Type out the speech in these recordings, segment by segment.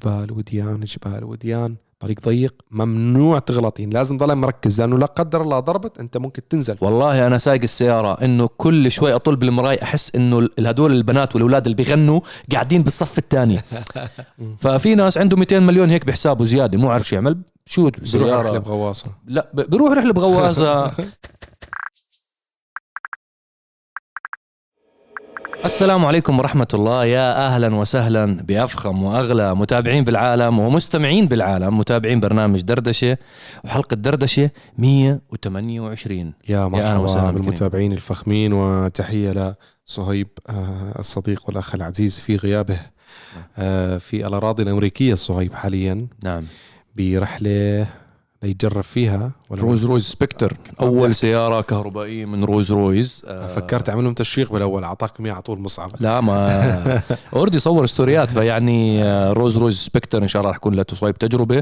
جبال وديان جبال وديان، طريق ضيق، ممنوع تغلطين، لازم ضل مركز لأنه لا قدر الله ضربت أنت ممكن تنزل. والله أنا سايق السيارة إنه كل شوي أطول بالمراي أحس إنه هدول البنات والأولاد اللي بيغنوا قاعدين بالصف الثاني. ففي ناس عنده 200 مليون هيك بحسابه زيادة، مو عارف شو يعمل، شو بروح رحلة بغواصة. لا بروح رحلة بغواصة. السلام عليكم ورحمة الله، يا أهلا وسهلا بأفخم وأغلى متابعين بالعالم ومستمعين بالعالم، متابعين برنامج دردشة وحلقة دردشة 128. يا مرحبا بالمتابعين الفخمين، وتحية لصهيب الصديق والأخ العزيز في غيابه في الأراضي الأمريكية. صهيب حاليا نعم برحلة يتجرب فيها روز رويز سبكتر، أول سيارة كهربائية من روز رويز. فكرت أعملهم تشويق بالأول، أعطاكم إياه على طول مصعب. لا ما أوردي صور ستوريات، فيعني روز رويز سبكتر إن شاء الله رح يكون لتصويب تجربة.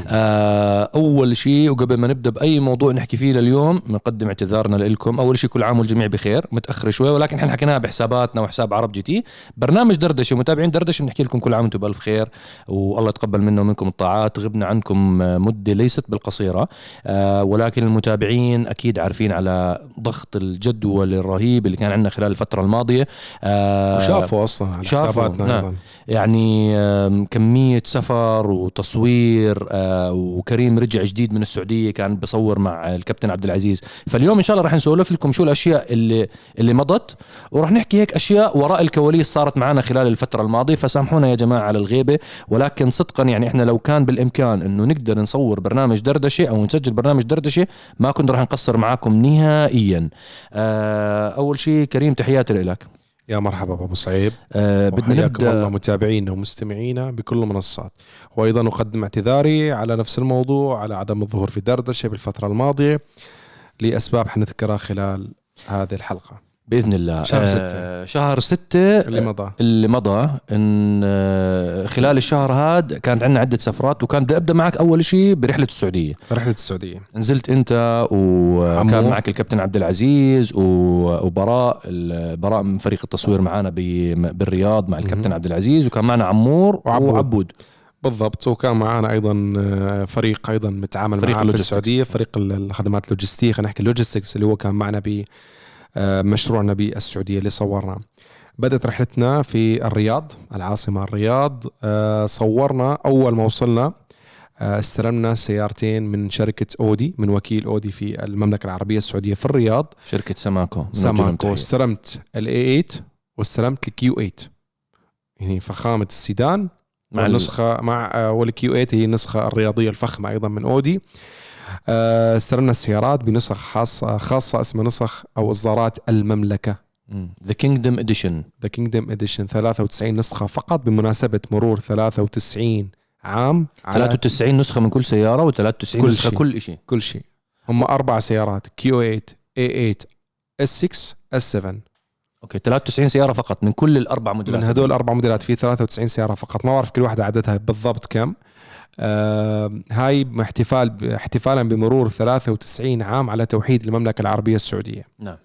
أول شيء وقبل ما نبدأ بأي موضوع نحكي فيه لليوم نقدم اعتذارنا لكم. أول شيء كل عام والجميع بخير، متأخر شوي ولكن احنا حكيناها بحساباتنا وحساب عرب جي تي برنامج دردشة متابعين دردشة، بنحكي لكم كل عام وانتم بألف خير والله يتقبل منا ومنكم الطاعات. غبنا عنكم مدة ليست بالقصيرة، ولكن المتابعين أكيد عارفين على ضغط الجدول الرهيب اللي كان عندنا خلال الفترة الماضية، وشافوا أصلا على حساباتنا أيضا يعني كمية سفر وتصوير، وكريم رجع جديد من السعودية كان بصور مع الكابتن عبد العزيز. فاليوم إن شاء الله رح نسولف لكم شو الأشياء اللي مضت، ورح نحكي هيك أشياء وراء الكواليس صارت معنا خلال الفترة الماضية. فسامحونا يا جماعة على الغيبة، ولكن صدقا يعني إحنا لو كان بالإمكان إنه نقدر نصور برنامج دردشة أو نسجل برنامج دردشة ما كنا رح نقصر معاكم نهائيا. أول شيء كريم تحياتي لك. يا مرحبا أبو صعيب. بدنا نبدأ الله متابعينا ومستمعينا بكل المنصات، وأيضا أقدم اعتذاري على نفس الموضوع على عدم الظهور في دردشة بالفترة الماضية لأسباب حنذكرها خلال هذه الحلقة بإذن الله. شهر 6 اللي مضى إن خلال الشهر هذا كانت عندنا عدة سفرات، وكان بدي أبدأ معك أول شيء برحلة السعودية. نزلت أنت وكان معك الكابتن عبد العزيز وبراء من فريق التصوير معنا بالرياض مع الكابتن عبد العزيز، وكان معنا عمور وعبود. بالضبط، وكان معنا أيضا فريق أيضا متعامل معنا في السعودية، فريق الخدمات اللوجستية، خلينا نحكي اللوجستكس، اللي هو كان معنا مشروعنا بالسعودية اللي صورنا. بدأت رحلتنا في الرياض، العاصمة الرياض. صورنا أول ما وصلنا استلمنا سيارتين من شركة أودي، من وكيل أودي في المملكة العربية السعودية في الرياض، شركة ساماكو. استلمت الA8 واستلمت الQ8، يعني فخامة السيدان مع النسخة مع والQ8 هي النسخة الرياضية الفخمة أيضا من أودي. استلمنا السيارات بنسخ خاصة اسمها نسخ أو إصدارات المملكة The Kingdom Edition 93 نسخة فقط بمناسبة مرور 93 عام. 93 نسخة من كل سيارة و93 نسخة كل شيء. هم 4 سيارات Q8 A8 S6 S7. اوكي 93 سيارة فقط من كل الأربع موديلات. من هدول 4 موديلات في 93 سيارة فقط، ما بعرف كل واحدة عددها بالضبط كم. هاي احتفالا بمرور 93 عام على توحيد المملكة العربية السعودية. نعم.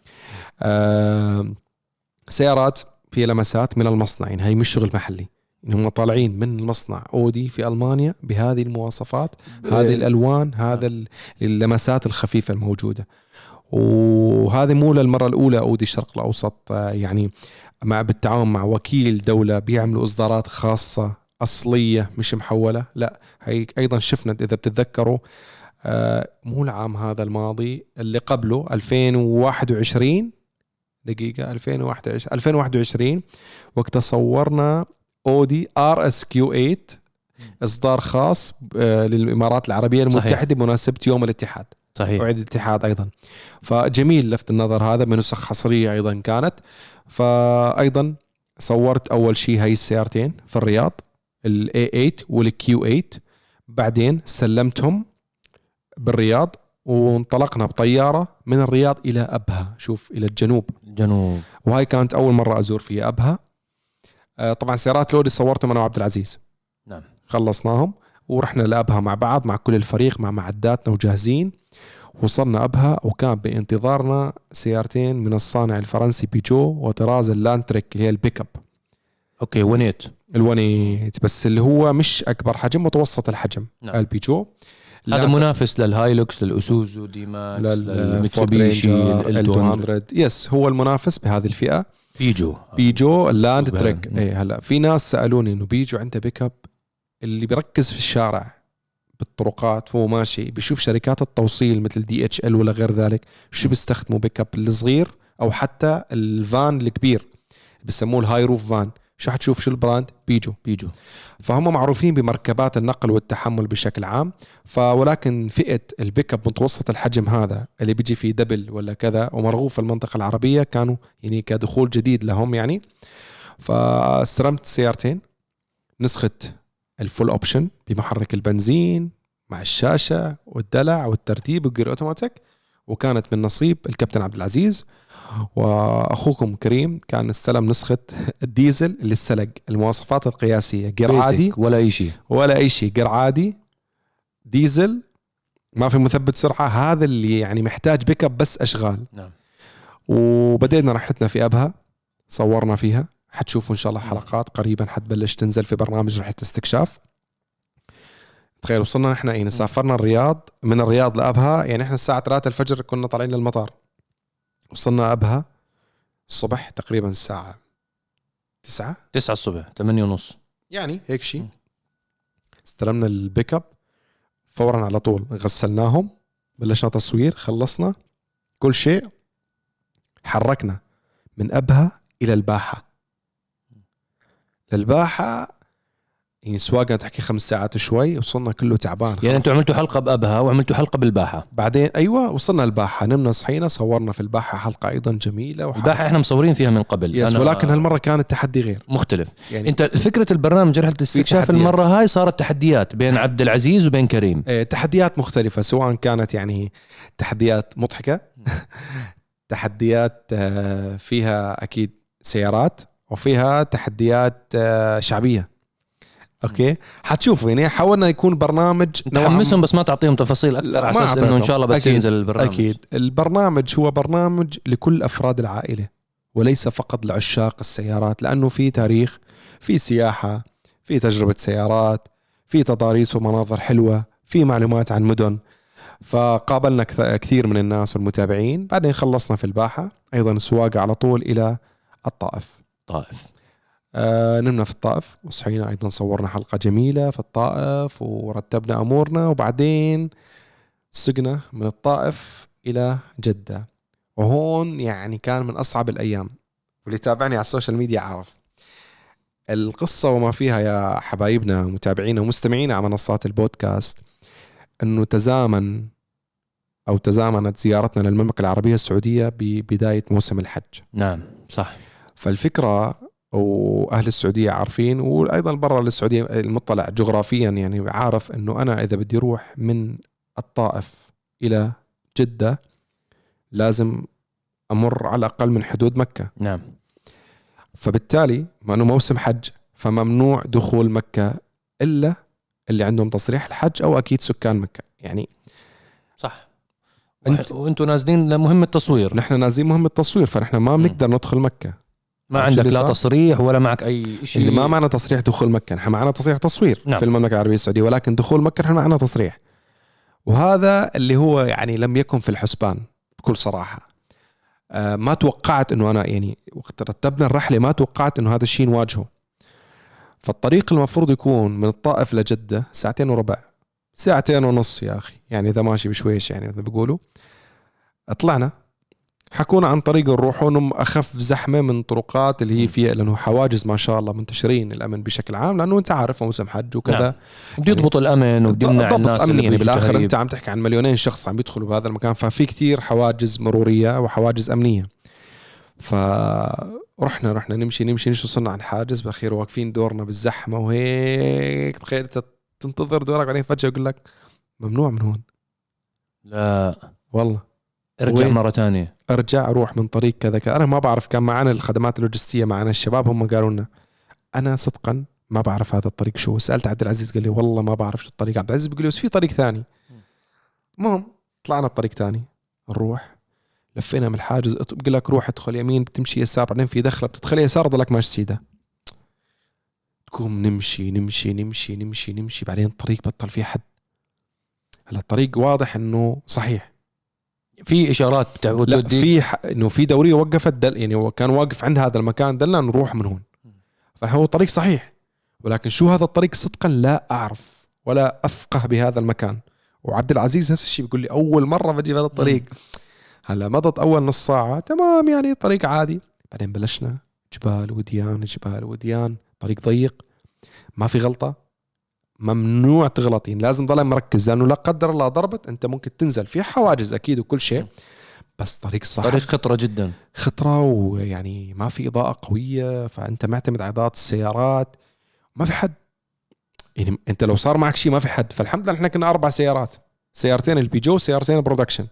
سيارات فيها لمسات من المصنع، يعني هاي مش شغل محلي، هم طالعين من المصنع أودي في ألمانيا بهذه المواصفات، هذه الألوان، هذا اللمسات الخفيفة الموجودة. وهذه مو للمرة الأولى أودي الشرق الأوسط يعني بالتعاون مع وكيل دولة بيعملوا إصدارات خاصة أصلية مش محولة. لا هي أيضا شفنا إذا بتتذكروا مو العام هذا الماضي اللي قبله 2021 دقيقة 2021 وقت صورنا أودي RSQ8 إصدار خاص للإمارات العربية المتحدة بمناسبة يوم الاتحاد. صحيح. وعيد الاتحاد أيضا، فجميل لفت النظر هذا من نسخ حصرية أيضا كانت. فأيضا صورت أول شيء هاي السيارتين في الرياض الA8 والQ8، بعدين سلمتهم بالرياض وانطلقنا بطيارة من الرياض إلى أبها، شوف إلى الجنوب. وهاي كانت أول مرة أزور فيها أبها. طبعا سيارات لودي صورتهم أنا وعبد العزيز. نعم. خلصناهم ورحنا لأبها مع بعض مع كل الفريق مع معداتنا وجاهزين. وصلنا أبها وكان بانتظارنا سيارتين من الصانع الفرنسي بيجو وطراز اللانتريك اللي هي البيك اب. اوكي ونيت ال1.8 بس اللي هو مش اكبر حجم، متوسط الحجم. نعم. البيجو هذا منافس للهايلوكس، للأسوزو دي ماكس، للفورد للميتسوبيشي، رينجر ال200. يس هو المنافس بهذه الفئة. بيجو اللاند تريك. ايه هلا في ناس سألوني انه بيجو عنده بيك اب، اللي بيركز في الشارع بالطرقات وهو ماشي بيشوف شركات التوصيل مثل DHL ولا غير ذلك شو بيستخدموا بيك اب الصغير او حتى الفان الكبير بسموه الهاي روف فان. شو حتشوف شو البراند؟ بيجو. فهم معروفين بمركبات النقل والتحمل بشكل عام. ولكن فئة البيك اب متوسط الحجم هذا اللي بيجي فيه دبل ولا كذا ومرغوب في المنطقة العربية كانوا يعني كدخول جديد لهم يعني. فاستلمت سيارتين، نسخة الفول اوبشن بمحرك البنزين مع الشاشة والدلع والترتيب والجير اوتوماتيك، وكانت من نصيب الكابتن عبد العزيز واخوكم كريم كان استلم نسخة الديزل اللي السلق المواصفات القياسية، جير عادي ولا اي شيء، جير عادي ديزل ما في مثبت سرعة. هذا اللي يعني محتاج بيك اب بس اشغال. نعم. وبدينا رحلتنا في ابها، صورنا فيها، حتشوفوا ان شاء الله حلقات قريبا حتبلش تنزل في برنامج رحلة استكشاف. تخيل وصلنا نحن يعني سافرنا الرياض، من الرياض لأبها يعني احنا الساعة 3 الفجر كنا طالعين للمطار، وصلنا أبها الصبح تقريبا الساعة 9 الصبح 8:30 يعني هيك شيء. استلمنا البيك اب فورا على طول، غسلناهم، بلشنا تصوير، خلصنا كل شيء، حركنا من أبها إلى الباحة. للباحة يعني سواقنا تحكي 5 ساعات شوي، وصلنا كله تعبان. يعني انتوا عملتوا حلقة بأبها وعملتوا حلقة بالباحة بعدين ايوه وصلنا الباحة، نمنا صحينا، صورنا في الباحة حلقة ايضا جميلة. الباحة احنا مصورين فيها من قبل يس، ولكن هالمرة كان التحدي غير مختلف يعني. انت فكرة البرنامج رحلة الاستكشاف المرة هاي صارت تحديات بين عبد العزيز وبين كريم. تحديات مختلفة، سواء كانت يعني تحديات مضحكة تحديات فيها اكيد سيارات، وفيها تحديات شعبية. اوكي حتشوفوا يعني حاولنا يكون برنامج تحمسهم بس ما تعطيهم تفاصيل اكثر على اساس انه ان شاء الله بس ينزل البرنامج. اكيد البرنامج هو برنامج لكل افراد العائله وليس فقط لعشاق السيارات، لانه في تاريخ، في سياحه، في تجربه سيارات، في تضاريس ومناظر حلوه، في معلومات عن مدن. فقابلنا كثير من الناس والمتابعين. بعدين خلصنا في الباحه، ايضا السواقه على طول الى الطائف. نمنا في الطائف وصحينا، أيضا صورنا حلقة جميلة في الطائف ورتبنا أمورنا. وبعدين سقنا من الطائف إلى جدة، وهون يعني كان من أصعب الأيام، واللي تابعني على السوشيال ميديا عارف القصة وما فيها يا حبايبنا متابعينا ومستمعينا على منصات البودكاست، أنه تزامنت زيارتنا للمملكة العربية السعودية ببداية موسم الحج. نعم صح. فالفكرة وأهل السعودية عارفين، وأيضا برا السعودية المطلع جغرافيا يعني عارف أنه أنا إذا بدي أروح من الطائف إلى جدة لازم أمر على الأقل من حدود مكة. نعم. فبالتالي ما أنه موسم حج فممنوع دخول مكة إلا اللي عندهم تصريح الحج أو أكيد سكان مكة يعني. صح. وأنتوا نازلين لمهمة تصوير. نحن نازلين مهمة تصوير، فنحن ما بنقدر ندخل مكة. ما عندك لا تصريح ولا معك أي شيء. اللي ما معنا تصريح دخول مكة، نحن معنا تصريح تصوير. نعم. في المملكة العربية السعودية، ولكن دخول مكة نحن معنا تصريح. وهذا اللي هو يعني لم يكن في الحسبان بكل صراحة. ما توقعت أنه أنا يعني وقت رتبنا الرحلة ما توقعت أنه هذا الشيء نواجهه. فالطريق المفروض يكون من الطائف لجدة 2.25 ساعة، 2.5 ساعة يا أخي، يعني إذا ماشي بشويش يعني إذا بيقولوا. طلعنا حكونا عن طريق نروحون أخف زحمة من طرقات اللي هي فيها، لأنه حواجز ما شاء الله منتشرين الأمن بشكل عام، لأنه أنت عارف موسم حج وكذا. نعم. بدي يضبط الأمن وبدي يمنع الناس اللي يعني بالآخر أنت عم تحكي عن 2,000,000 شخص عم يدخلوا بهذا المكان، ففي كتير حواجز مرورية وحواجز أمنية. فرحنا نمشي وصلنا عن حاجز، بأخير واقفين دورنا بالزحمة وهيك، تخيل تنتظر دورك بعدين فجأة يقول لك ممنوع من هون. لا والله ارجع مرة تانية، ارجع اروح من طريق كذا. انا ما بعرف، كان معنا الخدمات اللوجستية معنا الشباب، هم قالوا لنا، انا صدقا ما بعرف هذا الطريق شو. سألت عبد العزيز قال لي والله ما بعرف شو الطريق. عبد العزيز بيقول لي بس في طريق ثاني. المهم طلعنا الطريق ثاني، نروح لفينا من الحاجز، بقول لك روح ادخل يمين بتمشي يسار، بعدين في دخله بتدخل يسار ضلك ماشي سيده. تكون نمشي بعدين الطريق بطل فيه حد. هلا الطريق واضح انه صحيح، في اشارات لا في انه في دوريه وقفت يعني هو كان واقف عند هذا المكان دلنا نروح من هون، فهو طريق صحيح، ولكن شو هذا الطريق صدقا لا اعرف ولا افقه بهذا المكان. وعبد العزيز نفس الشيء بيقول لي اول مره بجي هذا الطريق. هلا مضت اول نص ساعه تمام يعني طريق عادي، بعدين بلشنا جبال وديان، طريق ضيق، ما في غلطه، ممنوع تغلطين، لازم ضل مركز لانه لا قدر الله ضربت انت ممكن تنزل في حواجز اكيد وكل شيء، بس طريق صح، طريق خطره جدا، خطره، ويعني ما في اضاءه قويه، فانت معتمد على اضاءه السيارات، ما في حد يعني انت لو صار معك شيء ما في حد. فالحمد لله احنا كنا 4 سيارات، سيارتين البيجو سيارتين البرودكشن.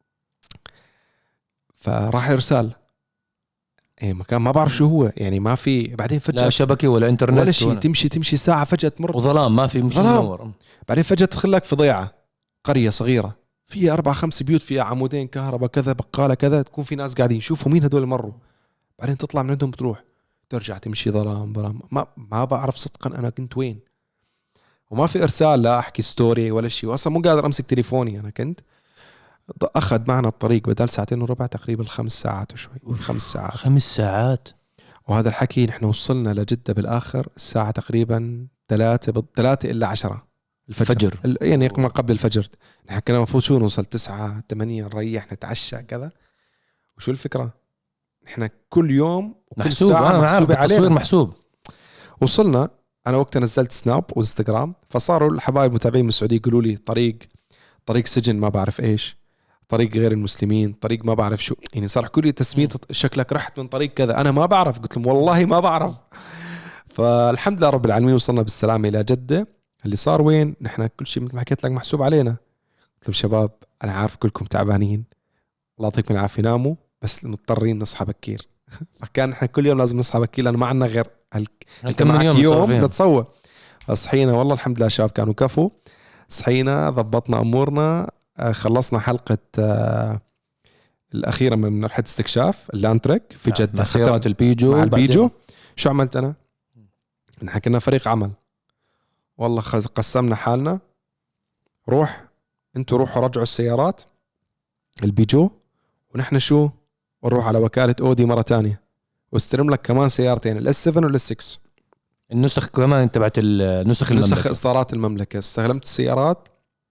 فراح ارسال اي مكان ما بعرف شو هو يعني، ما في بعدين فجاه لا شبكه ولا انترنت ولا شيء، تمشي ساعه فجاه تمر وظلام، ما في مش منور، بعدين فجاه تدخل لك في ضيعه، قريه صغيره فيها 4-5 بيوت، فيها عمودين كهرباء كذا، بقاله كذا، تكون في ناس قاعدين شوفوا مين هدول مروا، بعدين تطلع من عندهم بتروح ترجع تمشي ظلام. ما بعرف صدقا انا كنت وين، وما في ارسال لا احكي ستوري ولا شيء، واصلا مو قادر امسك تليفوني. انا كنت اخذ معنا الطريق بدل 2.25 ساعة تقريبا 5 ساعات وشوي، 5 ساعات 5 ساعات. وهذا الحكي نحن وصلنا لجدة بالاخر الساعة تقريبا 3 إلا 10 الفجر. يعني ما قبل الفجر. نحن كنا المفروض شو نوصل 9-8 نريح نتعشى كذا. وشو الفكرة، نحن كل يوم وكل محسوب، ساعة محسوبة علينا، التصوير محسوب. وصلنا انا وقتها نزلت سناب وانستغرام، فصاروا الحبايب متابعين من السعودية يقولوا لي طريق سجن ما بعرف ايش، طريق غير المسلمين، طريق ما بعرف شو، يعني صار كل تسمية شكلك رحت من طريق كذا، انا ما بعرف، قلت لهم والله ما بعرف. فالحمد لله رب العالمين وصلنا بالسلامة الى جدة. اللي صار وين، نحن كل شيء مثل ما حكيت لك محسوب علينا. قلت لهم شباب انا عارف كلكم تعبانين، الله يعطيكم العافية، ناموا بس مضطرين نصحى بكير. فكان نحن كل يوم لازم نصحى بكير لانه ما عندنا غير انت معك يوم نتصور. فصحينا والله الحمد لله الشباب كانوا كفو، صحينا ضبطنا امورنا، خلصنا حلقة الأخيرة من رحلة استكشاف اللانتريك في جدة مع سيارات البيجو. مع البيجو شو عملت أنا؟ نحن كنا فريق عمل والله، قسمنا حالنا، انتوا روحوا رجعوا السيارات البيجو، ونحن شو نروح على وكالة أودي مرة تانية واستلم لك كمان سيارتين الاس 7 والاس 6. النسخ كمان تبعت النسخ إصدارات المملكة. استلمت السيارات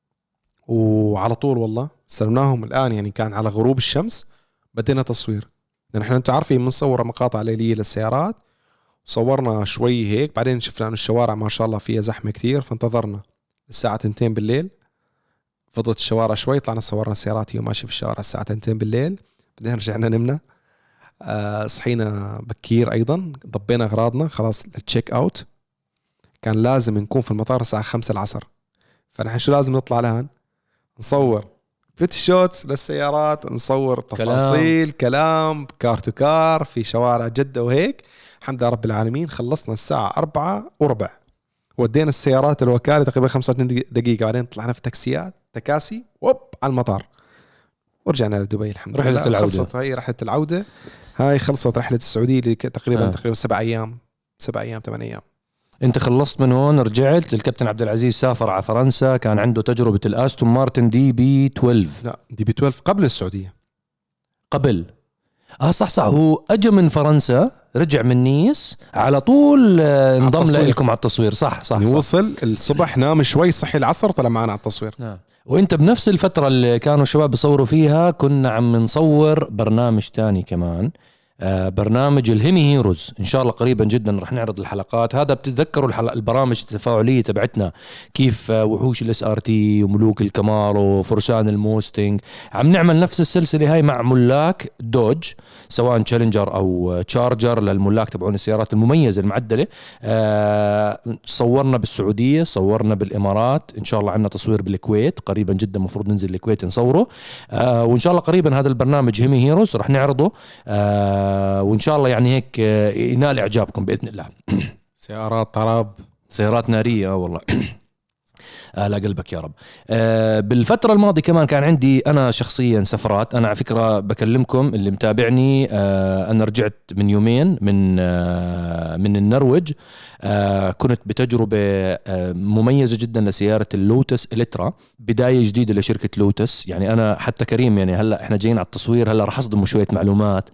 وعلى طول والله استلمناهم الآن، يعني كان على غروب الشمس بدينا تصوير، لأن احنا انتوا عارفين بنصور مقاطع ليلية للسيارات، صورنا شوي هيك، بعدين شفنا أن الشوارع ما شاء الله فيها زحمة كتير، فانتظرنا الساعة 2 بالليل، فضت الشوارع شوي، طلعنا صورنا السيارات هي ماشية في الشوارع الساعة 2 بالليل، بعدين رجعنا نمنا. صحينا بكير أيضا، ضبينا أغراضنا خلاص للتشيك أوت، كان لازم نكون في المطار الساعة 5 العصر، فنحن شو لازم نطلع لهن نصور فيت شوتس للسيارات، نصور تفاصيل كلام كار تو كار في شوارع جدة وهيك. الحمد لله رب العالمين خلصنا الساعة 4:15، ودينا السيارات الوكالة تقريبا 25 دقيقة، بعدين طلعنا في تكاسي على المطار ورجعنا لدبي. الحمد لله خلصت هاي رحلة العودة، هاي خلصت رحلة السعودية اللي تقريبا 7 أيام 8 أيام. انت خلصت من هون، رجعت الكابتن عبد العزيز سافر على فرنسا، كان عنده تجربة الأستون مارتن دي بي 12. لا دي بي 12 قبل السعودية، قبل صح هو اجى من فرنسا، رجع من نيس على طول، انضم لكم على التصوير. صح وصل الصبح نام شوي، صحي العصر طلع معنا على التصوير. وانت بنفس الفترة اللي كانوا الشباب بيصوروا فيها كنا عم نصور برنامج تاني كمان، برنامج الهيمي هيروز. ان شاء الله قريبا جدا رح نعرض الحلقات. هذا بتتذكروا البرامج التفاعليه تبعتنا، كيف وحوش الاس ار تي وملوك الكامارو وفرسان الموستنج، عم نعمل نفس السلسله هاي مع ملاك دوج، سواء تشالنجر او تشارجر للملاك تبعون السيارات المميزه المعدله. صورنا بالسعوديه، صورنا بالامارات، ان شاء الله عندنا تصوير بالكويت قريبا جدا، مفروض ننزل الكويت نصوره. وان شاء الله قريبا هذا البرنامج هيمي هيروز رح نعرضه، وإن شاء الله يعني هيك ينال إعجابكم بإذن الله. سيارات طرب، سيارات نارية والله. لا قلبك يا رب. بالفترة الماضية كمان كان عندي أنا شخصيا سفرات. أنا على فكرة بكلمكم اللي متابعني، أنا رجعت من يومين من النرويج. كنت بتجربة مميزة جدا لسيارة اللوتس إليترا، بداية جديدة لشركة لوتس. يعني أنا حتى كريم، يعني هلأ إحنا جايين على التصوير، هلأ رح أصدم شوية معلومات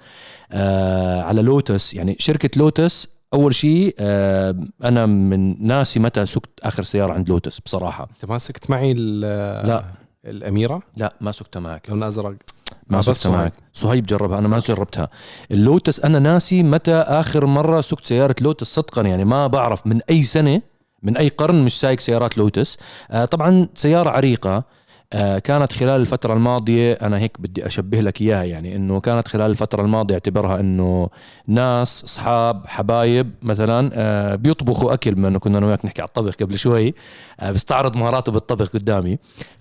على لوتس. يعني شركة لوتس أول شيء، أنا من ناسي متى سكت آخر سيارة عند لوتس بصراحة. أنت ما سكت معي لا الأميرة؟ لا ما سكت معك. لون أزرق ما سكت معك. صهيب جربها، أنا ما جربتها. اللوتس أنا ناسي متى آخر مرة سكت سيارة لوتس صدقا، يعني ما بعرف من أي سنة من أي قرن مش سايق سيارات لوتس. طبعا سيارة عريقة. كانت خلال الفترة الماضية، أنا هيك بدي أشبه لك إياها، يعني إنه كانت خلال الفترة الماضية اعتبرها إنه ناس أصحاب حبايب مثلا بيطبخوا أكل، بما إنه كنا أنا وياك نحكي على الطبخ قبل شوي، بستعرض مهاراته بالطبخ قدامي.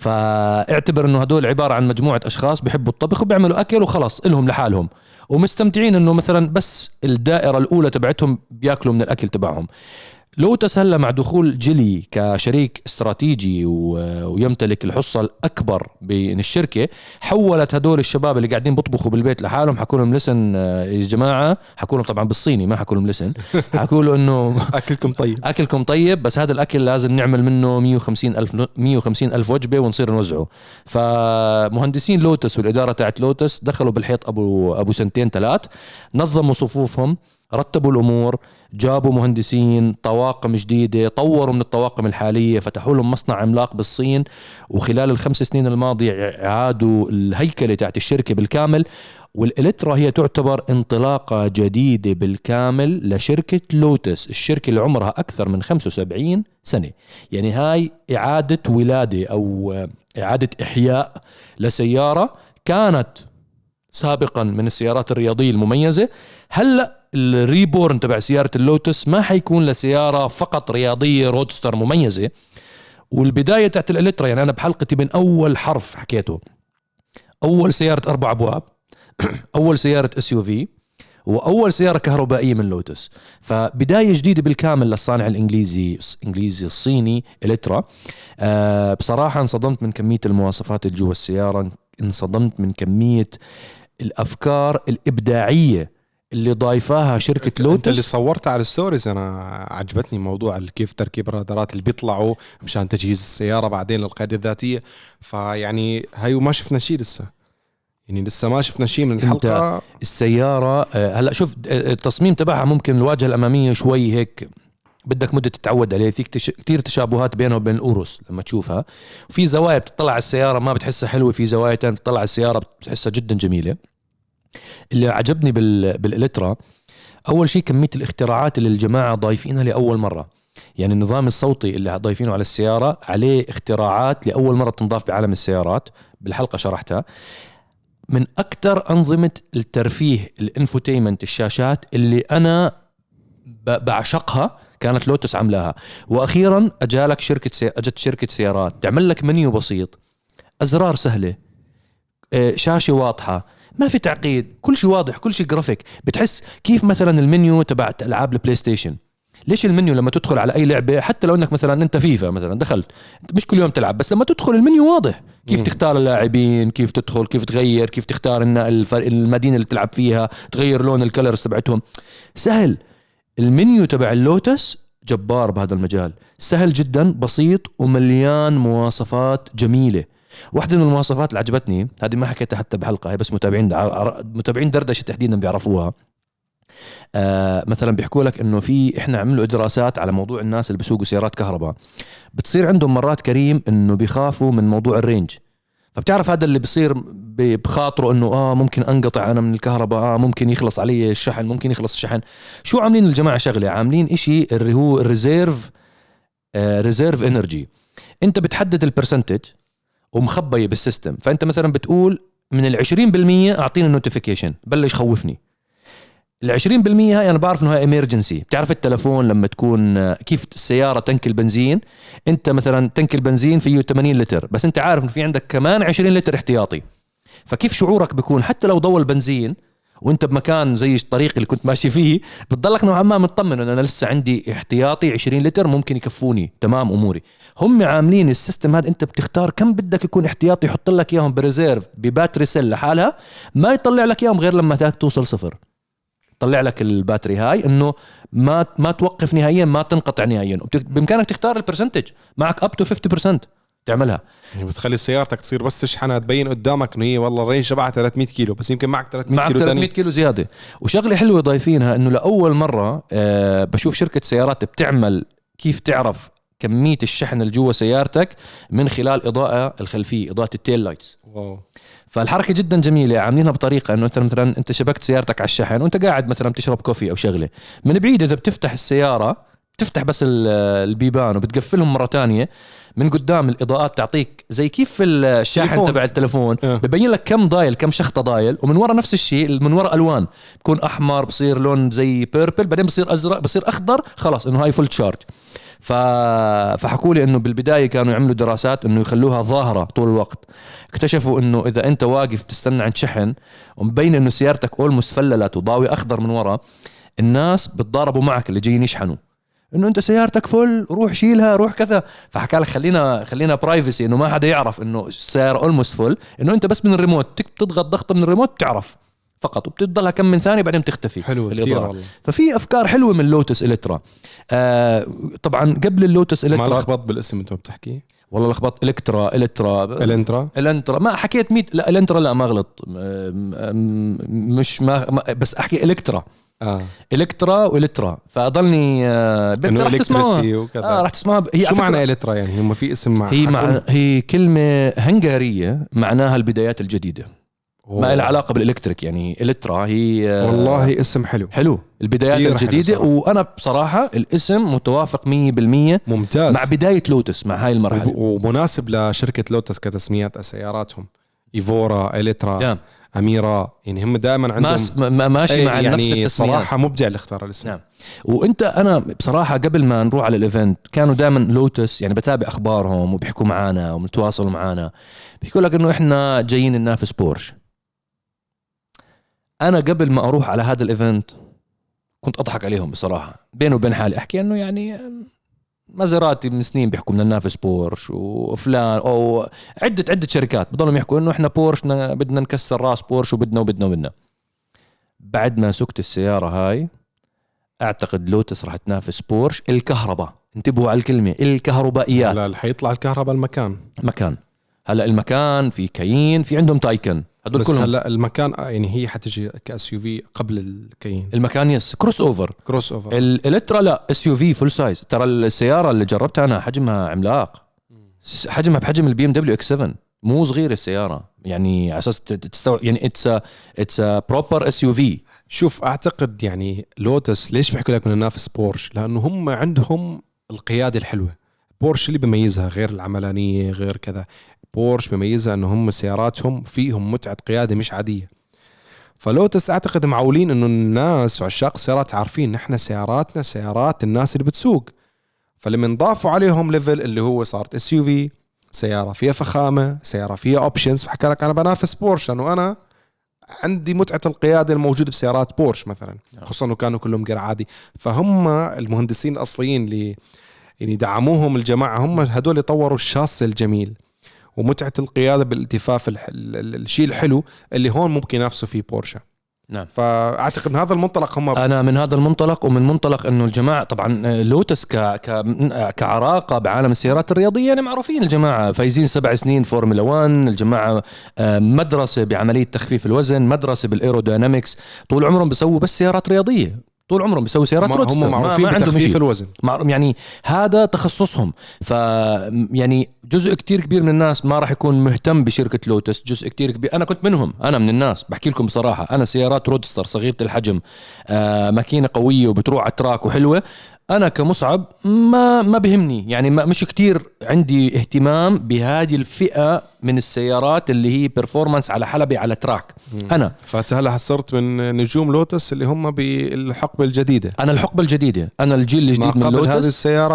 فاعتبر إنه هدول عبارة عن مجموعة أشخاص بيحبوا الطبخ وبيعملوا أكل وخلاص إلهم لحالهم، ومستمتعين إنه مثلا بس الدائرة الأولى تبعتهم بياكلوا من الأكل تبعهم. لوتس هلا مع دخول جيلي كشريك استراتيجي ويمتلك الحصة الأكبر بين الشركة، حولت هدول الشباب اللي قاعدين بيطبخوا بالبيت لحالهم، حكوا لهم لسن يا جماعة، حكوا لهم طبعا بالصيني، ما حكوا لهم لسن، حكوا له إنه أكلكم طيب، بس هذا الأكل لازم نعمل منه 150 ألف وجبة ونصير نوزعه. فمهندسين لوتس والإدارة تاعت لوتس دخلوا بالحيط أبو سنتين 3، نظموا صفوفهم، رتبوا الأمور، جابوا مهندسين، طواقم جديدة، طوروا من الطواقم الحالية، فتحوا لهم مصنع عملاق بالصين. وخلال ال5 سنين الماضية عادوا الهيكلة تاعت الشركة بالكامل. والإليترا هي تعتبر انطلاقة جديدة بالكامل لشركة لوتس، الشركة اللي عمرها أكثر من 75 سنة. يعني هاي إعادة ولادة أو إعادة إحياء لسيارة كانت سابقا من السيارات الرياضية المميزة. هلأ الريبورن تبع سيارة اللوتس ما حيكون لسيارة فقط رياضية رودستر مميزة. والبداية تحت الإليترا، يعني أنا بحلقتي من أول حرف حكيته، أول سيارة 4 أبواب، أول سيارة SUV، وأول سيارة كهربائية من لوتس. فبداية جديدة بالكامل للصانع الإنجليزي الصيني إليترا. بصراحة انصدمت من كمية المواصفات اللي جوا السيارة، انصدمت من كمية الأفكار الإبداعية اللي ضايفاها شركة لوتس. انت اللي صورت على الستوريز انا عجبتني موضوع كيف تركيب الرادارات اللي بيطلعوا مشان تجهيز السيارة بعدين للقيادة الذاتية. فيعني هاي وما شفنا شيء لسه، يعني لسه ما شفنا شيء من الحلقة. السيارة هلأ شوف التصميم تبعها، ممكن الواجهة الأمامية شوي هيك بدك مدة تتعود عليه، في كتير تشابهات بينها وبين الأوروس لما تشوفها. في زوايا بتطلع على السيارة ما بتحسها حلوة، في زوايا تانية بتطلع على السيارة بتحسها جدا جميلة. اللي عجبني بالإليترا أول شيء كمية الاختراعات اللي الجماعة ضايفينها لأول مرة. يعني النظام الصوتي اللي ضايفينه على السيارة عليه اختراعات لأول مرة بتنضاف بعالم السيارات، بالحلقة شرحتها. من أكتر أنظمة الترفيه الانفوتيمنت الشاشات اللي أنا بعشقها كانت لوتس عملاها. وأخيرا أجت شركة سيارات تعمل لك منيو بسيط، أزرار سهلة، شاشة واضحة، ما في تعقيد، كل شيء واضح، كل شيء جرافيك. بتحس كيف مثلا المنيو تبعت ألعاب البلاي ستيشن. ليش المنيو لما تدخل على أي لعبة، حتى لو أنك مثلا أنت فيفا مثلا دخلت، مش كل يوم تلعب، بس لما تدخل المنيو واضح كيف تختار اللاعبين، كيف تدخل، كيف تغير، كيف تختار المدينة اللي تلعب فيها، تغير لون الكالرز تبعتهم، سهل. المنيو تبع اللوتس جبار بهذا المجال، سهل جدا، بسيط، ومليان مواصفات جميلة. واحدة من المواصفات اللي عجبتني، هذه ما حكيتها حتى بحلقة، هي بس متابعين دردشة تحديدا بيعرفوها. مثلا بيحكوا لك انه احنا عملوا دراسات على موضوع الناس اللي بيسوقوا سيارات كهرباء، بتصير عندهم مرات كريم انه بيخافوا من موضوع الرينج. فبتعرف هذا اللي بيصير بخاطره انه ممكن انقطع انا من الكهرباء، ممكن يخلص علي الشحن، ممكن يخلص الشحن. شو عاملين الجماعة شغلة، عاملين اشي اللي هو الريزيرف انرجي. انت بتحدد البرسنتج ومخبية بالسيستم. فانت مثلا بتقول من 20% اعطيني النوتيفيكيشن، بلش خوفني. 20% هاي انا بعرف انه هاي اميرجنسي. بتعرف التلفون لما تكون كيف السيارة تنك البنزين، انت مثلا تنك البنزين فيه 80 لتر، بس انت عارف انه في عندك كمان 20 لتر احتياطي. فكيف شعورك بيكون حتى لو ضوى البنزين وانت بمكان زي الطريق اللي كنت ماشي فيه بتضلك نوعا ما مطمن ان انا لسه عندي احتياطي 20 لتر ممكن يكفوني تمام اموري. هم عاملين السيستم هذا انت بتختار كم بدك يكون احتياطي، يحط لك اياهم بريزيرف بباتري سيل لحالها، ما يطلع لك اياهم غير لما توصل صفر. طلع لك الباتري هاي انه ما توقف نهائيا، ما تنقطع نهائيا. بامكانك تختار البرسنتج معك اب تو 50% تعملها، يعني بتخلي سيارتك تصير بس تشحنها تبين قدامك انه هي والله الرينج تبعها 300 كيلو، بس يمكن معك 300 كيلو 300 كيلو زياده. وشغله حلوه ضايفينها انه لاول مره بشوف شركه سيارات بتعمل كيف تعرف كميه الشحن اللي جوا سيارتك من خلال اضاءه الخلفيه، اضاءه التيل لايتس. واو. فالحركه جدا جميله، عاملينها بطريقه انه مثلا انت شبكت سيارتك على الشحن وانت قاعد مثلا بتشرب كوفي او شغله، من بعيد اذا بتفتح السياره بتفتح بس البيبان وبتقفلهم مره تانية، من قدام الاضاءات تعطيك زي كيف في الشاحن تبع التلفون ببين لك كم ضايل كم شخطه ضايل، ومن ورا نفس الشيء، من ورا الوان بكون احمر بصير لون زي بيربل، بعدين بصير ازرق بصير اخضر، خلاص انه هاي فول تشارج. فحكوا لي انه بالبدايه كانوا يعملوا دراسات انه يخلوها ظاهره طول الوقت. اكتشفوا انه اذا انت واقف تستنى عند شحن ومبين انه سيارتك اولموست فللت وضاوي اخضر من ورا، الناس بتضاربوا معك اللي جايين يشحنوا انه انت سيارتك فل، روح شيلها، روح كذا. فحكى لك خلينا برايفسي، انه ما حدا يعرف انه السياره اولموست فل، انه انت بس من الريموت تضغط ضغطه من الريموت تعرف فقط، وبتضلها كم من ثانيه بعدين بتختفي. حلو الإضاءة. ففي افكار حلوه من لوتس الكترا. طبعا قبل اللوتس الكترا ما لخبط بالاسم انت بتحكي، والله لخبط. الكترا الانترا ما حكيت 100. لا الانترا لا ما غلط، مش ما بس احكي الكترا. الكترا والترا، فاضلني راح تسمعوها راح تسمعها. هي شو معنى الترا؟ يعني هم في اسم هي كلمه هنغاريه معناها البدايات الجديده. ما لها علاقه بالالكتريك، يعني الترا هي والله اسم حلو البدايات الجديده. وانا بصراحه الاسم متوافق 100% ممتاز مع بدايه لوتس، مع هاي المرحله، ومناسب لشركه لوتس كتسميات سياراتهم. ايفورا، الترا، أميرة، يعني هم دائما عندهم ماشي مع يعني نفس التسميات. صراحة مبدع اللي اختار الاسم. نعم. أنا بصراحة قبل ما نروح على الإيفنت كانوا دائما لوتس، يعني بتابع أخبارهم وبيحكوا معانا ومتواصلوا معانا، بيحكوا لك إنه إحنا جايين ننافس بورش. أنا قبل ما أروح على هذا الإيفنت كنت أضحك عليهم بصراحة، بيني وبين حالي أحكي إنه يعني مازيراتي من سنين بيحكوا بدنا ننافس بورش وفلان او عده شركات بضلوا يحكوا انه احنا بورش بدنا نكسر راس بورش وبدنا. بعد ما سكت السياره هاي اعتقد لوتس راح تنافس بورش الكهرباء. انتبهوا على الكلمه الكهربائيات. لا حيطلع الكهرباء مكان. هلا المكان في كاين، في عندهم تايكن، هذول كلهم. هلا المكان يعني هي حتجي كاس يو في قبل الكاين. المكان كروس اوفر. الالترا لا اس يو في فول سايز. ترى السياره اللي جربتها انا حجمها عملاق، حجمها بحجم البي ام دبليو اكس 7، مو صغيره السياره، يعني على اساس تستوعب، يعني اتس بروبر اس يو في. شوف اعتقد يعني لوتس ليش بيحكوا لك من ننافس بورش؟ لانه هم عندهم القياده الحلوه. بورش اللي بيميزها غير العملانيه غير كذا، بورش بيميزها انه هم سياراتهم فيهم متعه قياده مش عاديه. فلوتس اعتقد معولين انه الناس وعشاق السيارات عارفين نحن سياراتنا سيارات الناس اللي بتسوق، فلما نضافوا عليهم ليفل اللي هو صارت اس يو في، سياره فيها فخامه، سياره فيها اوبشنز، فحكى لك انا بنافس بورش لانه انا عندي متعه القياده الموجوده بسيارات بورش مثلا، خصوصا انه كانوا كلهم قرع عادي. فهم المهندسين الاصليين اللي يعني دعموهم الجماعه، هم هدول اللي طوروا الشاصي الجميل ومتعة القيادة بالالتفاف، الشيء الحلو اللي هون ممكن ينافسوا فيه بورشا. نعم. فأعتقد من هذا المنطلق أنا من هذا المنطلق، ومن منطلق إنه الجماعة طبعا لوتس كعراقة بعالم السيارات الرياضية يعني معروفين، الجماعة فايزين 7 سنين فورمولا 1، الجماعة مدرسة بعملية تخفيف الوزن، مدرسة بالإيرودينامكس، طول عمرهم بيسووا بس سيارات رياضية، طول عمرهم بيسوي سيارات روتستر، هم معروفين بتخفيف الوزن، يعني هذا تخصصهم. يعني جزء كتير كبير من الناس ما راح يكون مهتم بشركة لوتس، جزء كتير كبير. أنا كنت منهم، أنا من الناس بحكي لكم بصراحة، أنا سيارات رودستر صغيرة الحجم، ماكينة قوية وبتروح على تراك وحلوة، أنا كمصعب ما بهمني، يعني مش كتير عندي اهتمام بهذه الفئة من السيارات اللي هي performance على حلبة على تراك. أنا فهلا صرت من نجوم لوتس اللي هم بالحقبة الجديدة. أنا الحقبة الجديدة، أنا الجيل الجديد من لوتس. هذه السيارة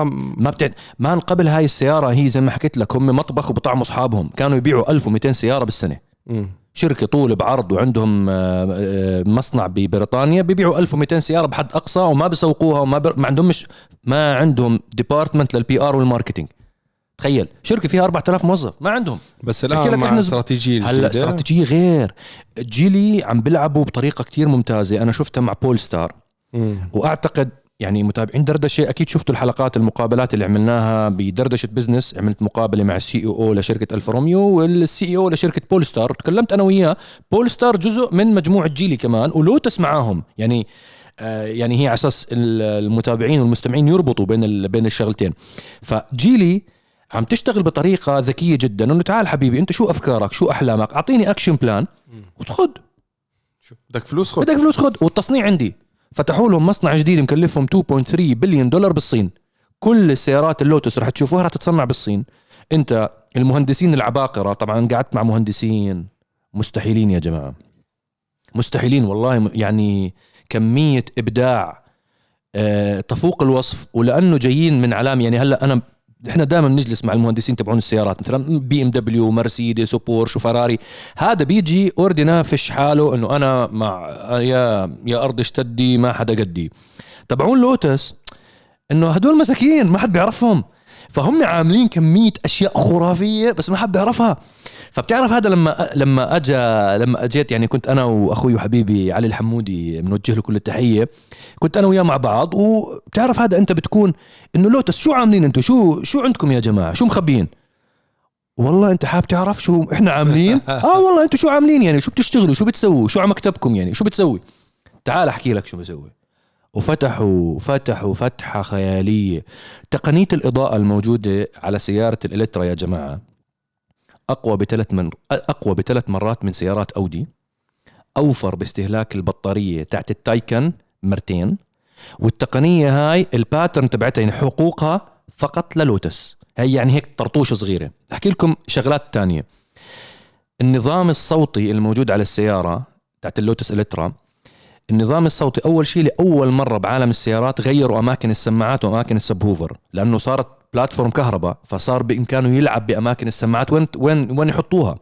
ما قبل هاي السيارة هي زي ما حكيت لك، هم مطبخ وبطعموا أصحابهم، كانوا يبيعوا 1200 سيارة بالسنة. شركة طول بعرض وعندهم مصنع ببريطانيا بيبيعوا 1200 سيارة بحد أقصى وما بيسوقوها ما عندهم ديبارتمنت للبي آر والماركتينج. تخيل شركة فيها 4000 موظف ما عندهم. بس الآن مع استراتيجية هلا استراتيجية غير. جيلي عم بيلعبوا بطريقة كتير ممتازة، أنا شفتها مع بولستار وأعتقد يعني متابعين دردشة أكيد شفتوا الحلقات المقابلات اللي عملناها بدردشة بزنس. عملت مقابلة مع السي او لشركة ألفا روميو والسي او لشركة بولستار، وتكلمت أنا وياه. بولستار جزء من مجموعة جيلي كمان ولوتس معاهم، يعني يعني هي على أساس المتابعين والمستمعين يربطوا بين الشغلتين. فجيلي عم تشتغل بطريقة ذكية جدا انه تعال حبيبي انت شو افكارك شو احلامك اعطيني اكشن بلان وتخد. بدك فلوس خد والتصنيع عندي. فتحوا لهم مصنع جديد مكلفهم 2.3 بليون دولار بالصين. كل السيارات اللوتس رح تشوفوها رح تتصنع بالصين. انت المهندسين العباقرة طبعا قعدت مع مهندسين مستحيلين يا جماعة، مستحيلين والله، يعني كمية ابداع تفوق الوصف. ولانه جايين من علام يعني هلا احنا دائما نجلس مع المهندسين تبعون السيارات مثلا بي ام دبليو ومرسيدس وبورش وفراري، هذا بيجي اوردي نافش حاله انه انا مع يا ارض اشتدي ما حدا قدي. تبعون لوتس انه هدول مساكين ما حد بيعرفهم، فهم عاملين كمية اشياء خرافية بس ما حد بيعرفها. فبتعرف هذا لما اجيت يعني كنت انا واخوي وحبيبي علي الحمودي بنوجه له كل التحيه، كنت انا وياه مع بعض. وبتعرف هذا انت بتكون انه لوتس شو عاملين انتم، شو عندكم يا جماعه، شو مخبيين؟ والله انت حاب تعرف شو احنا عاملين؟ والله انتم شو عاملين يعني، شو بتشتغلوا، شو بتسووا، شو على مكتبكم يعني، شو بتسوي؟ تعال احكي لك شو بسوي. وفتحوا فتحة خيالية. تقنية الإضاءة الموجودة على سيارة الإلترا يا جماعة أقوى بثلاث مرات من سيارات أودي، أوفر باستهلاك البطارية تاعت التايكن مرتين. والتقنية هاي الباترن تبعتها يعني حقوقها فقط للوتس، هي يعني هيك طرطوشة صغيرة. أحكي لكم شغلات تانية. النظام الصوتي الموجود على السيارة تاعت اللوتس إلترا، النظام الصوتي أول شيء لأول مرة بعالم السيارات غيروا أماكن السماعات وأماكن السبوفر، لأنه صارت بلاتفورم كهرباء فصار بإمكانه يلعب بأماكن السماعات وين يحطوها.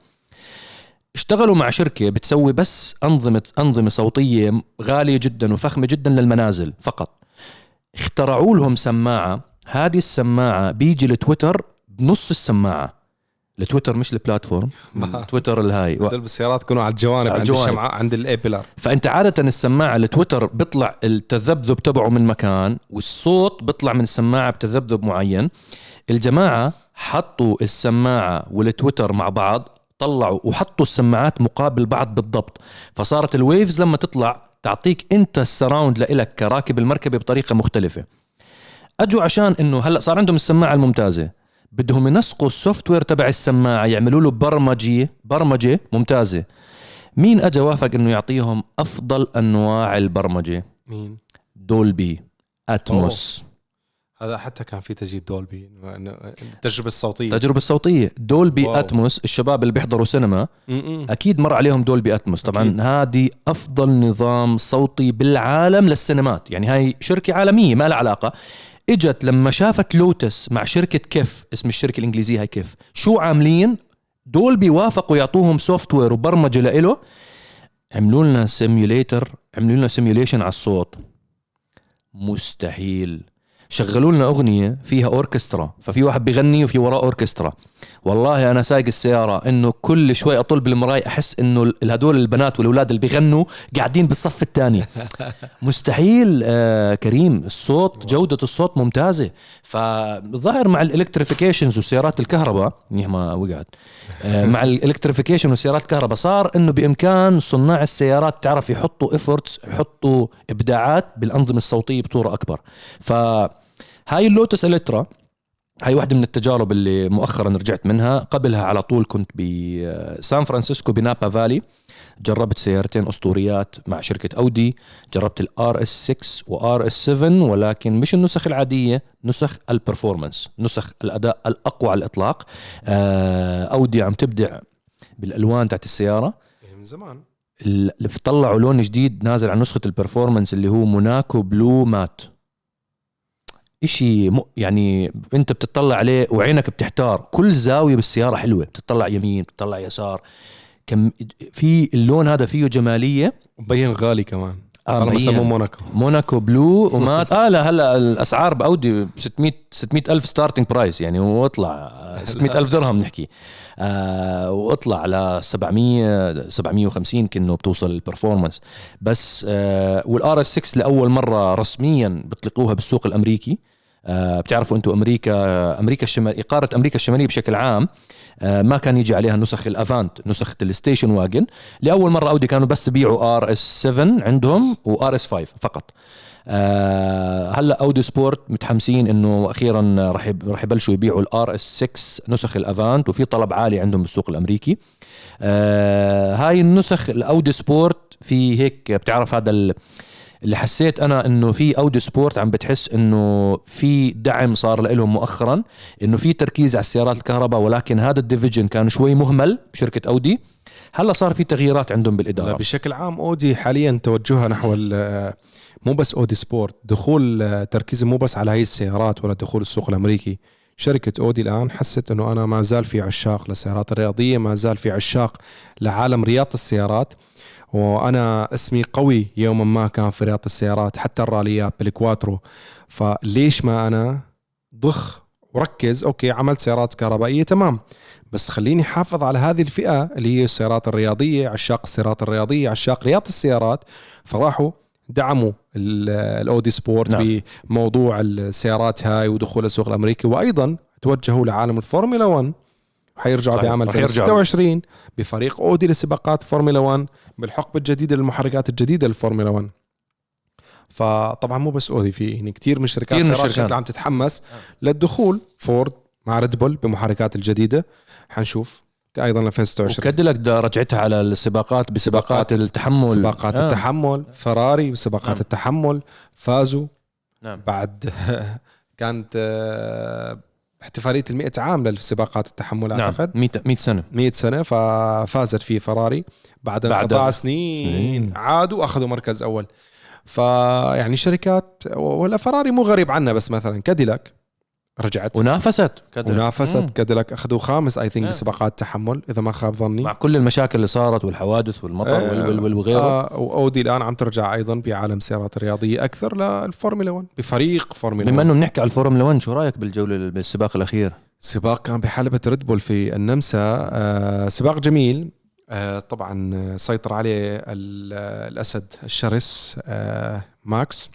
اشتغلوا مع شركة بتسوي بس أنظمة صوتية غالية جدا وفخمة جدا للمنازل فقط. اخترعوا لهم سماعة، هذه السماعة بيجي لتويتر بنص السماعة. لتويتر مش البلاتفورم، تويتر الهاي بالسيارات كانوا على الجوانب عند الشمعة عند الابيلار. فانت عادة السماعة لتويتر بيطلع التذبذب تبعه من مكان والصوت بيطلع من السماعة بتذبذب معين. الجماعة حطوا السماعة والتويتر مع بعض، طلعوا وحطوا السماعات مقابل بعض بالضبط، فصارت الويفز لما تطلع تعطيك انت السراوند لإلك كراكب المركبة بطريقة مختلفة. اجوا عشان انه هلأ صار عندهم السماعة الممتازة، بدهم ينسقوا السوفت وير تبع السماعة يعملوا له برمجة ممتازة. مين اجى وافق انه يعطيهم افضل انواع البرمجة؟ مين؟ دولبي اتموس. هذا حتى كان في تسجيل دولبي، التجربة الصوتية دولبي اتموس. الشباب اللي بيحضروا سينما اكيد مر عليهم دولبي اتموس. طبعا هذه افضل نظام صوتي بالعالم للسينمات، يعني هاي شركة عالمية ما لها علاقة. اجت لما شافت لوتس مع شركة كيف، اسم الشركة الانجليزية هاي كيف، شو عاملين، دولبي وافقوا يعطوهم سوفت وير وبرمجة لإله. عملوا لنا سيميوليشن على الصوت مستحيل. شغلوا لنا أغنية فيها أوركسترا، ففي واحد بيغني وفي وراه أوركسترا. والله أنا سايق السيارة إنه كل شوي أطل بالمراي أحس إنه هدول البنات والأولاد اللي بيغنوا قاعدين بالصف الثاني. مستحيل. كريم الصوت، جودة الصوت ممتازة. فظاهر مع الإلكتريفيكيشنز والسيارات الكهرباء ما وقعت مع الإلكتريفيكيشن والسيارات الكهرباء صار إنه بإمكان صناع السيارات تعرف يحطوا إفورتس، يحطوا إبداعات بالأنظمة الصوتية بصورة أكبر. هاي اللوتس إلترا هاي واحدة من التجارب اللي مؤخرا رجعت منها. قبلها على طول كنت بسان فرانسيسكو بنابا فالي، جربت سيارتين أسطوريات مع شركة أودي. جربت الRS6 وRS7 ولكن مش النسخ العادية، نسخ البرفورمانس، نسخ الأداء الأقوى على الإطلاق. أودي عم تبدع بالألوان تاعت السيارة من زمان. اللي طلعوا لون جديد نازل على نسخة البرفورمانس اللي هو موناكو بلو مات. إشي يعني أنت بتطلع عليه وعينك بتحتار. كل زاوية بالسيارة حلوة، بتطلع يمين بتطلع يسار، كم في اللون هذا فيه جماليه، مبين غالي كمان. ما بسموه موناكو بلو ومات. لا هلا الاسعار باودي 600 الف ستارتنج برايس يعني، واطلع 600 الف درهم نحكي، واطلع على 750 كأنه بتوصل البرفورمانس بس. والار اس 6 لاول مره رسميا بيطلقوها بالسوق الامريكي. بتعرفوا انتم امريكا الشماليه، قاره امريكا الشماليه بشكل عام ما كان يجي عليها نسخ الافانت، نسخه الستيشن واجن. لاول مره اودي كانوا بس بيبيعوا ار اس 7 عندهم وار اس 5 فقط. هلا اودي سبورت متحمسين انه اخيرا راح يبلشوا يبيعوا الار اس 6 نسخ الافانت، وفي طلب عالي عندهم بالسوق الامريكي. هاي النسخ الاودي سبورت في هيك، بتعرف هذا اللي حسيت أنا إنه في أودي سبورت عم بتحس إنه في دعم صار لهم مؤخرا، إنه في تركيز على السيارات الكهرباء، ولكن هذا الديفيجن كان شوي مهمل بشركة أودي. هلا صار في تغييرات عندهم بالإدارة. بشكل عام أودي حاليا توجهها نحو مو بس أودي سبورت، دخول تركيز مو بس على هاي السيارات ولا دخول السوق الأمريكي. شركة أودي الآن حست إنه أنا ما زال في عشاق للسيارات الرياضية، ما زال في عشاق لعالم رياضة السيارات، وأنا اسمي قوي يوما ما كان في رياضة السيارات حتى الراليات بالكواترو. فليش ما أنا ضخ وركز؟ أوكي عملت سيارات كهربائية تمام، بس خليني حافظ على هذه الفئة اللي هي السيارات الرياضية، عشاق السيارات الرياضية، عشاق رياضة السيارات. فراحوا دعموا الأودي سبورت نعم. بموضوع السيارات هاي ودخول السوق الأمريكي، وأيضا توجهوا لعالم الفورمولا 1. حيرجعوا بعام 2026 بفريق أودي لسباقات فورمولا 1 بالحقبة الجديدة للمحركات الجديدة للفورمولا 1. فطبعا مو بس أودي، في يعني كتير من شركات السيارات عم تتحمس للدخول. فورد مع ريد بول بمحركات الجديدة، حنشوف أيضا 2026. وكاديلاك رجعتها على السباقات بسباقات التحمل، سباقات التحمل. فراري بسباقات التحمل فازوا. بعد كانت احتفالية 100 عام للسباقات التحمل أعتقد 100 سنة ففازت فيه فراري بعد انقطاع سنين عادوا أخذوا مركز أول. فيعني شركات، ولا فراري مو غريب عنا، بس مثلا كاديلاك رجعت ونافست كاديلاك أخذوا خامس بسباقات التحمل إذا ما خاب ظني، مع كل المشاكل اللي صارت والحوادث والمطر وغيره. وأودي الآن عم ترجع أيضا بعالم السيارات الرياضية أكثر للفورمولا 1 بفريق فورمولا 1. بما أنه بنحكي على الفورمولا 1، شو رأيك بالسباق الأخير؟ سباق كان بحلبة ريد بول في النمسا، سباق جميل. طبعا سيطر عليه الأسد الشرس ماكس.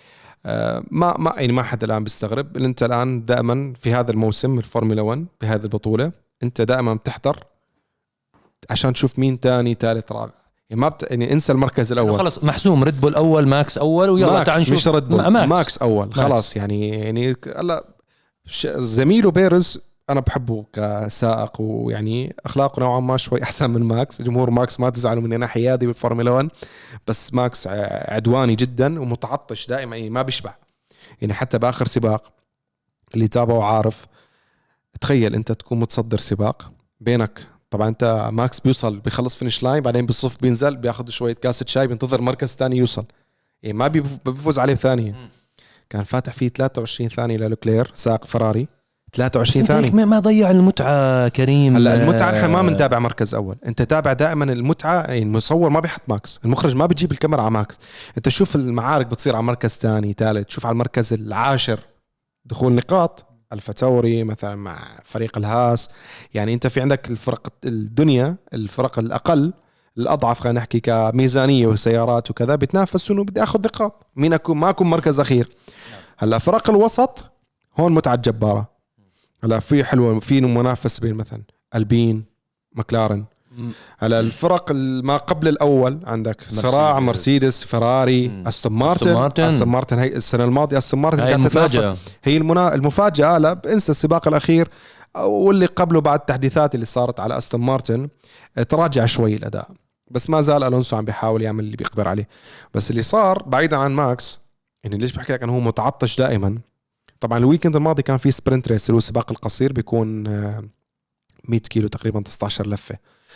ما يعني ما حد الآن بيستغرب. أنت الآن دائما في هذا الموسم الفورمولا 1 بهذه البطولة أنت دائما بتحضر عشان تشوف مين تاني ثالث رابع، يعني يعني انسى المركز الأول، خلص محسوم. ريد بول أول، ماكس أول، ويلا تعال نشوف. مش ريد بول، ماكس أول خلاص. يعني هلا زميله بيرز أنا بحبه كسائق، ويعني أخلاقه نوعا ما شوي أحسن من ماكس. جمهور ماكس ما تزعلوا مني، أنا حيادي بالفورمولا 1، بس ماكس عدواني جدا ومتعطش دائما، يعني ما بيشبع. يعني حتى بآخر سباق اللي تابعه عارف، تخيل أنت تكون متصدر سباق بينك، طبعا أنت ماكس بيوصل بيخلص فينش لاين، بعدين بالصف بينزل بياخد شوية كاسة شاي، بينتظر مركز ثاني يوصل، يعني ما بيفوز عليه ثانية. كان فاتح فيه 23 ثانية للوكلير ساق فراري، 23 ثانية. ما ضيع المتعة كريم. هلا المتعة نحن ما بنتابع مركز أول، أنت تابع دائما المتعة. يعني المصور ما بيحط ماكس، المخرج ما بيجيب الكاميرا على ماكس. أنت شوف المعارك بتصير على مركز ثاني ثالث، شوف على المركز العاشر دخول نقاط ألفا تاوري مثلا مع فريق الهاس. يعني أنت في عندك الفرق الدنيا، الفرق الأقل الأضعف خلينا نحكي كميزانية وسيارات وكذا، بتنافسوا إنه بدي أخذ نقاط، مين أكون ما أكون مركز أخير. هلا فرق الوسط هون متعة جبارة. هلا في حلوة، في منافس بين مثلا البين مكلارن. هلا الفرق ما قبل الأول عندك صراع مرسيدس فراري أستون مارتن. هي السنة الماضية أستون مارتن كانت تتنافس، هي المفاجأة. لا انسى السباق الأخير واللي قبله بعد التحديثات اللي صارت على أستون مارتن تراجع شوي الأداء، بس ما زال ألونسو عم بيحاول يعمل اللي بيقدر عليه. بس اللي صار بعيدا عن ماكس، يعني ليش بحكي لك أنه هو متعطش دائما. طبعا الويكند الماضي كان في سبرنت ريس اللي هو السباق القصير، بيكون 100 كيلو تقريبا 16 لفة.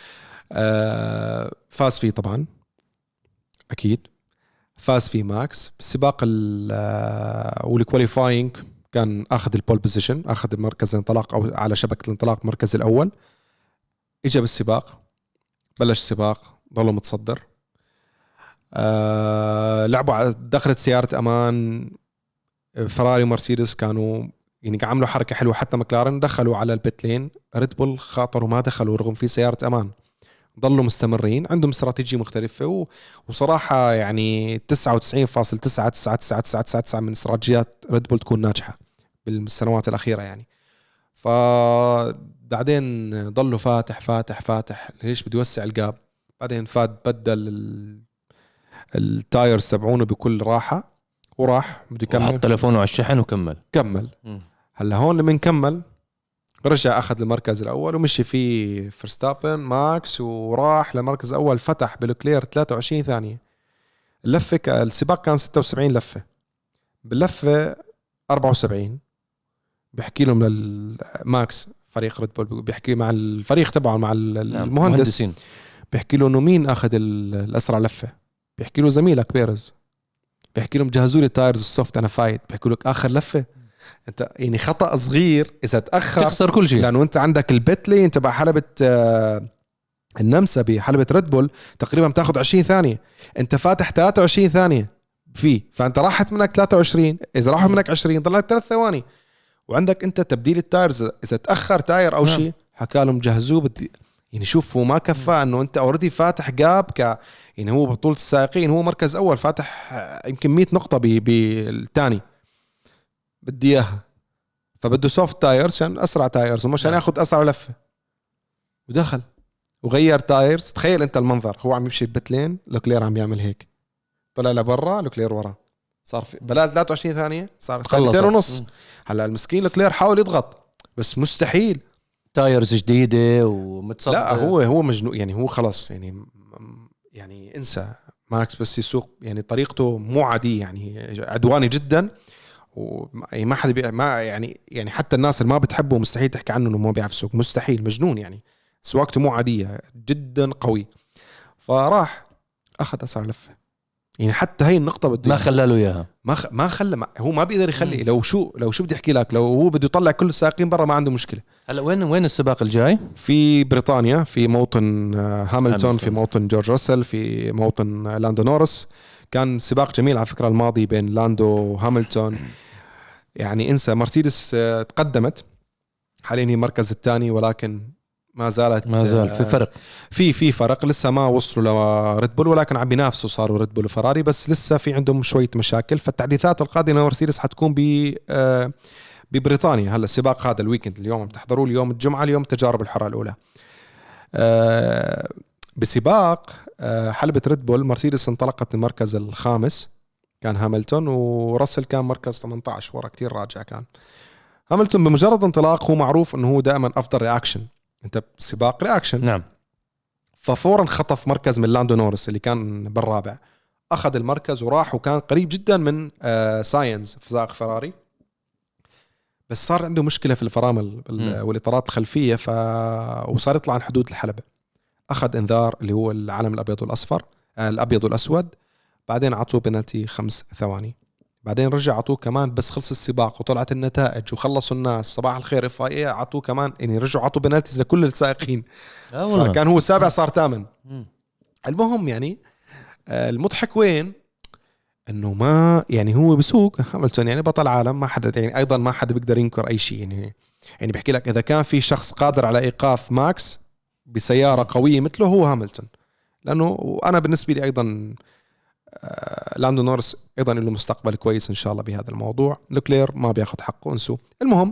فاز فيه طبعا أكيد، فاز فيه ماكس. السباق والكواليفاينج كان أخذ البول بوزيشن، أخذ المركز الانطلاق أو على شبكة الانطلاق مركز الأول. إجا بالسباق بلش سباق، ضلوا متصدر. لعبوا دخلت سيارة أمان. فراري ومرسيدس كانوا يعني عملوا حركة حلوة، حتى مكلارن دخلوا على البيتلين. ريد بول خاطروا ما دخلوا رغم في سيارة أمان، ضلوا مستمرين. عندهم استراتيجية مختلفة وصراحة يعني 99.99999 من استراتيجيات ريد بول تكون ناجحة بالسنوات الأخيرة يعني. فبعدين ضلوا فاتح ليش بدي يوسع الجاب. بعدين فات بدل التايرز تبعونه بكل راحة وراح بده يكمل، حط تلفونه على الشحن كمل. هلا هون لما نكمل رجع أخذ المركز الأول ومشي فيه فرستابن ماكس وراح لمركز أول. فتح بلوكلير 23 ثانية. اللفة السباق كان 76 لفة، باللفة 74 بيحكي لهم للماكس فريق ريد بول، بيحكي مع الفريق تبعه مع المهندس، بيحكي له إنه مين أخذ الأسرع لفة. بيحكي له زميلك بيرز. بيحكي لهم جهزوا لي التايرز السوفت أنا فايت. بيحكي لك آخر لفة. انت يعني خطأ صغير اذا تأخر تخسر كل شيء، لانه انت عندك البتلي انت بحلبة النمسا بحلبة ريد بول تقريبا بتاخد 20 ثانية، انت فاتح 23 ثانية فيه، فانت راحت منك 23. اذا راحوا منك 20 ضلت 3 ثواني. وعندك انت تبديل التايرز اذا تأخر تاير او شيء حكى لهم جهزوه يعني شوف هو ما كفى انه انت اوريدي فاتح جاب يعني هو بطولة السائقين هو مركز اول فاتح يمكن 100 نقطة بالثاني. بدي اياها، فبده سوفت تايرز عشان اسرع تايرز ومشان ياخذ اسرع لفه. ودخل وغير تايرز. تخيل انت المنظر، هو عم يمشي ببتلين، لوكلير عم يعمل هيك، طلع لبرا، لوكلير وراه، صار في بلا 23 ثانيه صار 2.5. هلا المسكين لوكلير حاول يضغط بس مستحيل، تايرز جديده ومتصدر. لا هو مجنون يعني، هو خلص يعني انسى ماكس بس يسوق يعني طريقته مو عاديه يعني، عدواني جدا. وما حدا ما يعني حتى الناس اللي ما بتحبه مستحيل تحكي عنه انه ما بيعرف يسوق، مستحيل، مجنون يعني، سواقته مو عاديه جدا قوي. فراح اخذ اسرع لفه يعني، حتى هي النقطه بده ما خلى له اياها، ما خلى هو ما بيقدر يخلي. لو شو بدي احكي لك، لو هو بده يطلع كل السائقين برا ما عنده مشكله. هلا وين السباق الجاي؟ في بريطانيا، في موطن هاملتون، في موطن جورج راسل، في موطن لاندو نورس. كان سباق جميل على فكره الماضي بين لاندو وهاملتون. يعني انسى، مرسيدس تقدمت حاليا هي المركز الثاني، ولكن ما زال في فرق، في فرق، لسه ما وصلوا لريد بول، ولكن عم بينافسوا صاروا ريد بول وفراري، بس لسه في عندهم شويه مشاكل. فالتحديثات القادمه مرسيدس حتكون ببريطانيا. هلا السباق هذا الويكند اليوم عم تحضروا، اليوم الجمعه، اليوم التجارب الحره الاولى. بسباق حلبة ريد بول مرسيدس انطلقت المركز الخامس، كان هاملتون، وراسل كان مركز 18 ورا، كتير راجع كان. هاملتون بمجرد انطلاق هو معروف انه هو دائما افضل رياكشن، انت بسباق رياكشن. نعم. ففورا خطف مركز من لاندو نورس اللي كان بالرابع، اخذ المركز وراح، وكان قريب جدا من ساينز في سائق فراري، بس صار عنده مشكله في الفرامل والاطارات الخلفيه، وصار يطلع عن حدود الحلبة. اخذ انذار اللي هو العلم الابيض والاصفر، الابيض والاسود. بعدين عطوه بنالتي 5 ثواني. بعدين رجع عطوه كمان، بس خلص السباق وطلعت النتائج وخلصوا الناس صباح الخير FIA، عطوه كمان يعني، رجعوا عطوا بنالتيز لكل السائقين. فكان هو السابع صار 8. المهم يعني المضحك وين انه ما يعني هو بسوق هاملتون يعني بطل عالم، ما حدا يعني ايضا ما حدا بيقدر ينكر اي شيء يعني بحكي لك اذا كان في شخص قادر على ايقاف ماكس بسياره قويه مثله هو هاملتون. لانه انا بالنسبه لي ايضا لاندو نورس ايضا له مستقبل كويس ان شاء الله بهذا الموضوع. لوكلير ما بياخذ حقه، انسوا. المهم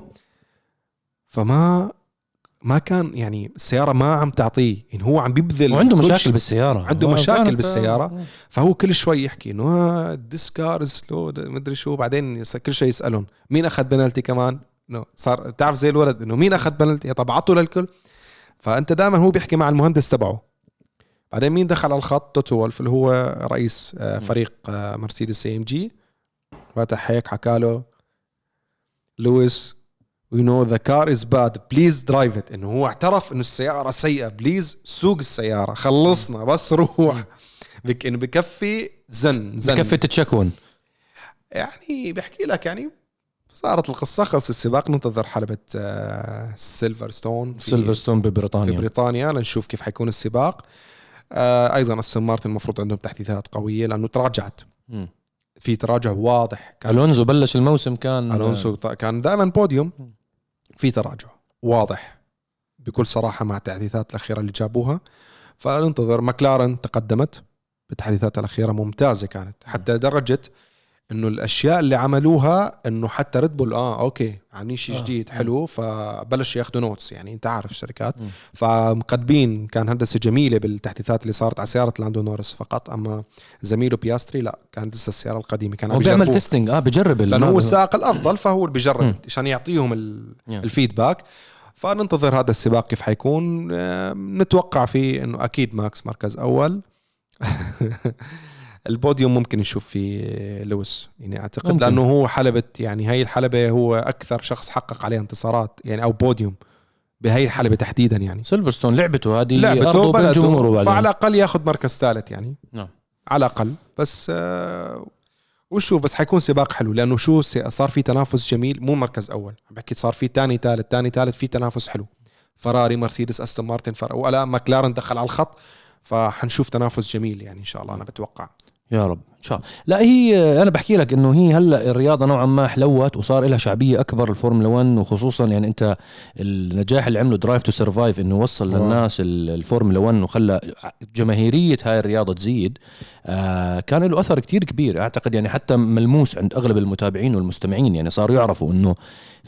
ما كان يعني السياره ما عم تعطيه، يعني هو عم بيبذل وعنده مشاكل بالسياره، عنده مشاكل بالسياره. فهو كل شوي يحكي انه ديس كار سلو مدري شو. بعدين كل شيء يسالون مين اخذ بنالتي كمان، صار تعرف زي الولد انه مين اخذ بنالتي، طب عطوا للكل. فانت دائما هو بيحكي مع المهندس تبعه. بعدين مين دخل على الخط؟ توتو وولف اللي هو رئيس فريق مرسيدس AMG، فتح هيك حكى له لويس we know the car is bad please drive it. انه هو اعترف انه السيارة سيئة، بليز سوق السيارة، خلصنا بس روح. انه بكفي زن بكفي تتشكون. يعني بحكي لك يعني صارت القصة، خلص السباق، ننتظر حلبة سيلفرستون ببريطانيا في بريطانيا لنشوف كيف حيكون السباق. أيضا أستون مارتن المفروض عندهم تحديثات قوية لأنه تراجعت، في تراجع واضح. ألونزو بلش الموسم ألونسو كان دائما بوديوم، في تراجع واضح بكل صراحة مع التحديثات الأخيرة اللي جابوها. فننتظر. مكلارن تقدمت بالتحديثات الأخيرة ممتازة كانت، حتى درجة انه الاشياء اللي عملوها انه حتى ريد بول اوكي عاملين شيء جديد حلو، فبلش ياخذوا نوتس. يعني انت عارف الشركات فمقدمين، كان هندسه جميله بالتحديثات اللي صارت على سياره لاندو نورس فقط، اما زميله بياستري لا، كانت لسه السياره القديمه، كان بيعمل تيستينج بيجرب لانه هو السائق الافضل، فهو اللي بيجرب عشان يعطيهم الفيدباك. فننتظر هذا السباق كيف حيكون. نتوقع فيه انه اكيد ماكس مركز اول. البوديوم ممكن نشوف فيه لويس، يعني اعتقد ممكن. لانه هو حلبة، يعني هاي الحلبة هو اكثر شخص حقق عليها انتصارات يعني او بوديوم بهاي الحلبة تحديدا. يعني سيلفرستون لعبته هذه ارضه بين جمهوره، فعلى الاقل ياخذ مركز ثالث يعني نعم على الاقل. بس وشوف، بس حيكون سباق حلو لانه شو صار في تنافس جميل، مو مركز اول بحكي، صار في ثاني ثالث في تنافس حلو. فراري، مرسيدس، استون مارتن، ولا ماكلارن دخل على الخط، فحنشوف تنافس جميل يعني ان شاء الله. انا بتوقع يا رب ان شاء الله. لا هي انا بحكي لك انه هي هلا الرياضه نوعا ما حلوت وصار لها شعبيه اكبر الفورمولا 1، وخصوصا يعني انت النجاح اللي عمله درايف تو سرفايف انه وصل للناس الفورمولا 1 وخلى جماهيريه هاي الرياضه تزيد. كان له اثر كتير كبير اعتقد، يعني حتى ملموس عند اغلب المتابعين والمستمعين، يعني صاروا يعرفوا انه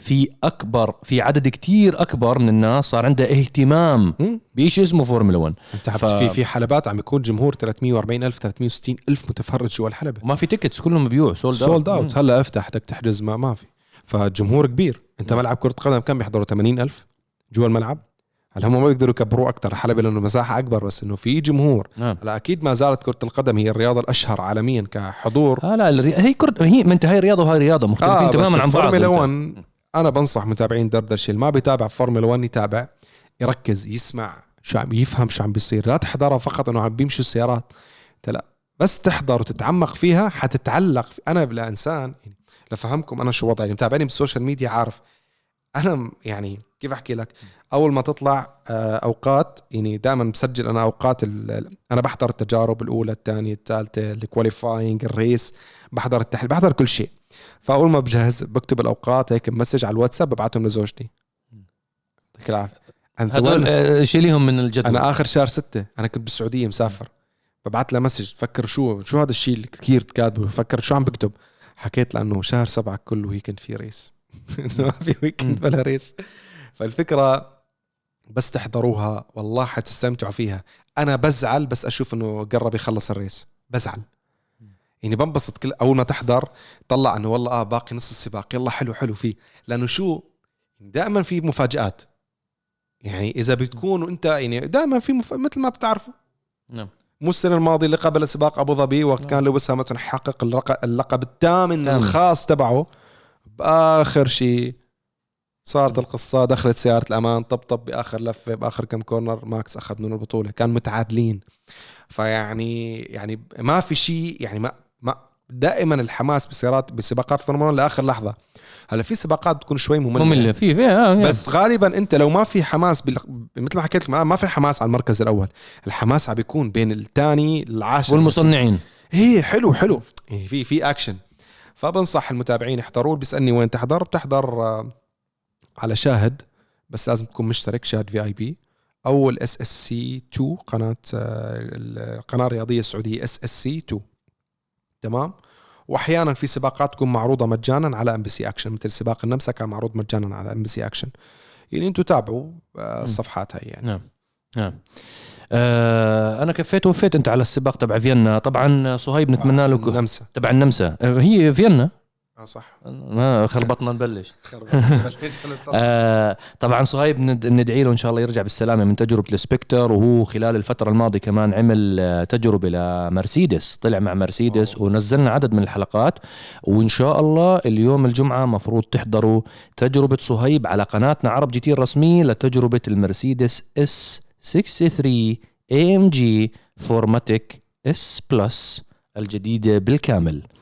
في عدد كتير اكبر من الناس صار عنده اهتمام بشيء اسمه فورمولا 1. انت في حلبات عم يكون جمهور 340,000 360,000 متفرج جوا الحلبة، وما في تيكتس، كلهم مبيوع سولد اوت. هلا افتح بدك تحجز ما في، فالجمهور كبير. انت ملعب كرة قدم كم بيحضروا 80,000 جوا الملعب. هلا هم ما بيقدروا يكبروا اكثر حلبة لانه مساحة اكبر، بس انه في جمهور. هلا اكيد ما زالت كرة القدم هي الرياضة الاشهر عالميا كحضور. هي ما انت هاي رياضة وهي رياضة مختلفين تماما عن بعض. فورمولا 1 انا بنصح متابعين دردشة اللي ما بيتابع فورمولا 1 يتابع، يركز، يسمع شو عم يفهم شو عم بيصير. لا تحضرها فقط انه عم بيمشوا السيارات، لا بس تحضر وتتعمق فيها حتتعلق انا بلا انسان يعني لفهمكم انا شو وضعي. متابعني بالسوشيال ميديا عارف انا يعني كيف احكي لك. اول ما تطلع اوقات، يعني دائما بسجل انا اوقات انا بحضر التجارب الاولى الثانيه الثالثه الكواليفاينج الريس، بحضر التحليل، بحضر كل شيء. فاول ما بجهز بكتب الاوقات هيك مسج على الواتساب ببعتهم لزوجتي. يعطيك العافيه. هذول شيليهم من الجدول. انا اخر شهر 6 انا كنت بالسعوديه مسافر، ببعت له مسج فكر شو هذا الشيء اللي كثير كاتبه، فكر شو عم بكتب. حكيت لانه شهر 7 كله ويكند في ريس. ما في ويكند بلا ريس. فالفكره بس تحضروها والله حتستمتعوا فيها. انا بزعل بس اشوف انه قرب يخلص الريس، بزعل يعني. بنبسط كل اول ما تحضر طلع انه والله باقي نص السباق، يلا حلو فيه، لانه شو دائما في مفاجآت. يعني اذا بتكون انت يعني دائما في مثل ما بتعرفوا. نعم. مو السنه الماضيه اللي قبل سباق ابو ظبي وقت كان لويس هامilton حقق اللقب الثامن الخاص تبعه، باخر شيء صارت القصه، دخلت سياره الامان طب باخر لفه باخر كم كورنر ماكس اخذ منه البطوله، كان متعادلين. فيعني ما في شيء يعني ما دائما الحماس بسباقات فورمولا لاخر لحظه. هلا في سباقات بتكون شوي مملة في بس غالبا انت لو ما في حماس مثل ما حكيت لكم ما في حماس على المركز الاول، الحماس عم بيكون بين الثاني العاشر والمصنعين. هي حلو يعني في اكشن. فبنصح المتابعين يحضروا. بيسالني وين تحضر؟ بتحضر على شاهد، بس لازم تكون مشترك شاهد VIP او SSC2 القناه الرياضيه السعوديه SSC2 تمام. واحيانا في سباقات تكون معروضه مجانا على MBC اكشن، مثل سباق النمسا كان معروض مجانا على MBC اكشن. يعني انتم تابعوا الصفحات هاي يعني. نعم. انا كفيت ووفيت انت على السباق تبع فيينا. طبعا صهيب نتمنى له تبع النمسا هي فيينا صح، ما خربطنا نبلش. طبعا صهيب ندعي له ان شاء الله يرجع بالسلامه من تجربه السبكتر، وهو خلال الفتره الماضيه كمان عمل تجربه لمرسيدس، طلع مع مرسيدس ونزلنا عدد من الحلقات. وان شاء الله اليوم الجمعه مفروض تحضروا تجربه صهيب على قناتنا عرب GT الرسميه لتجربه المرسيدس S63 AMG فورماتيك S+ الجديده بالكامل.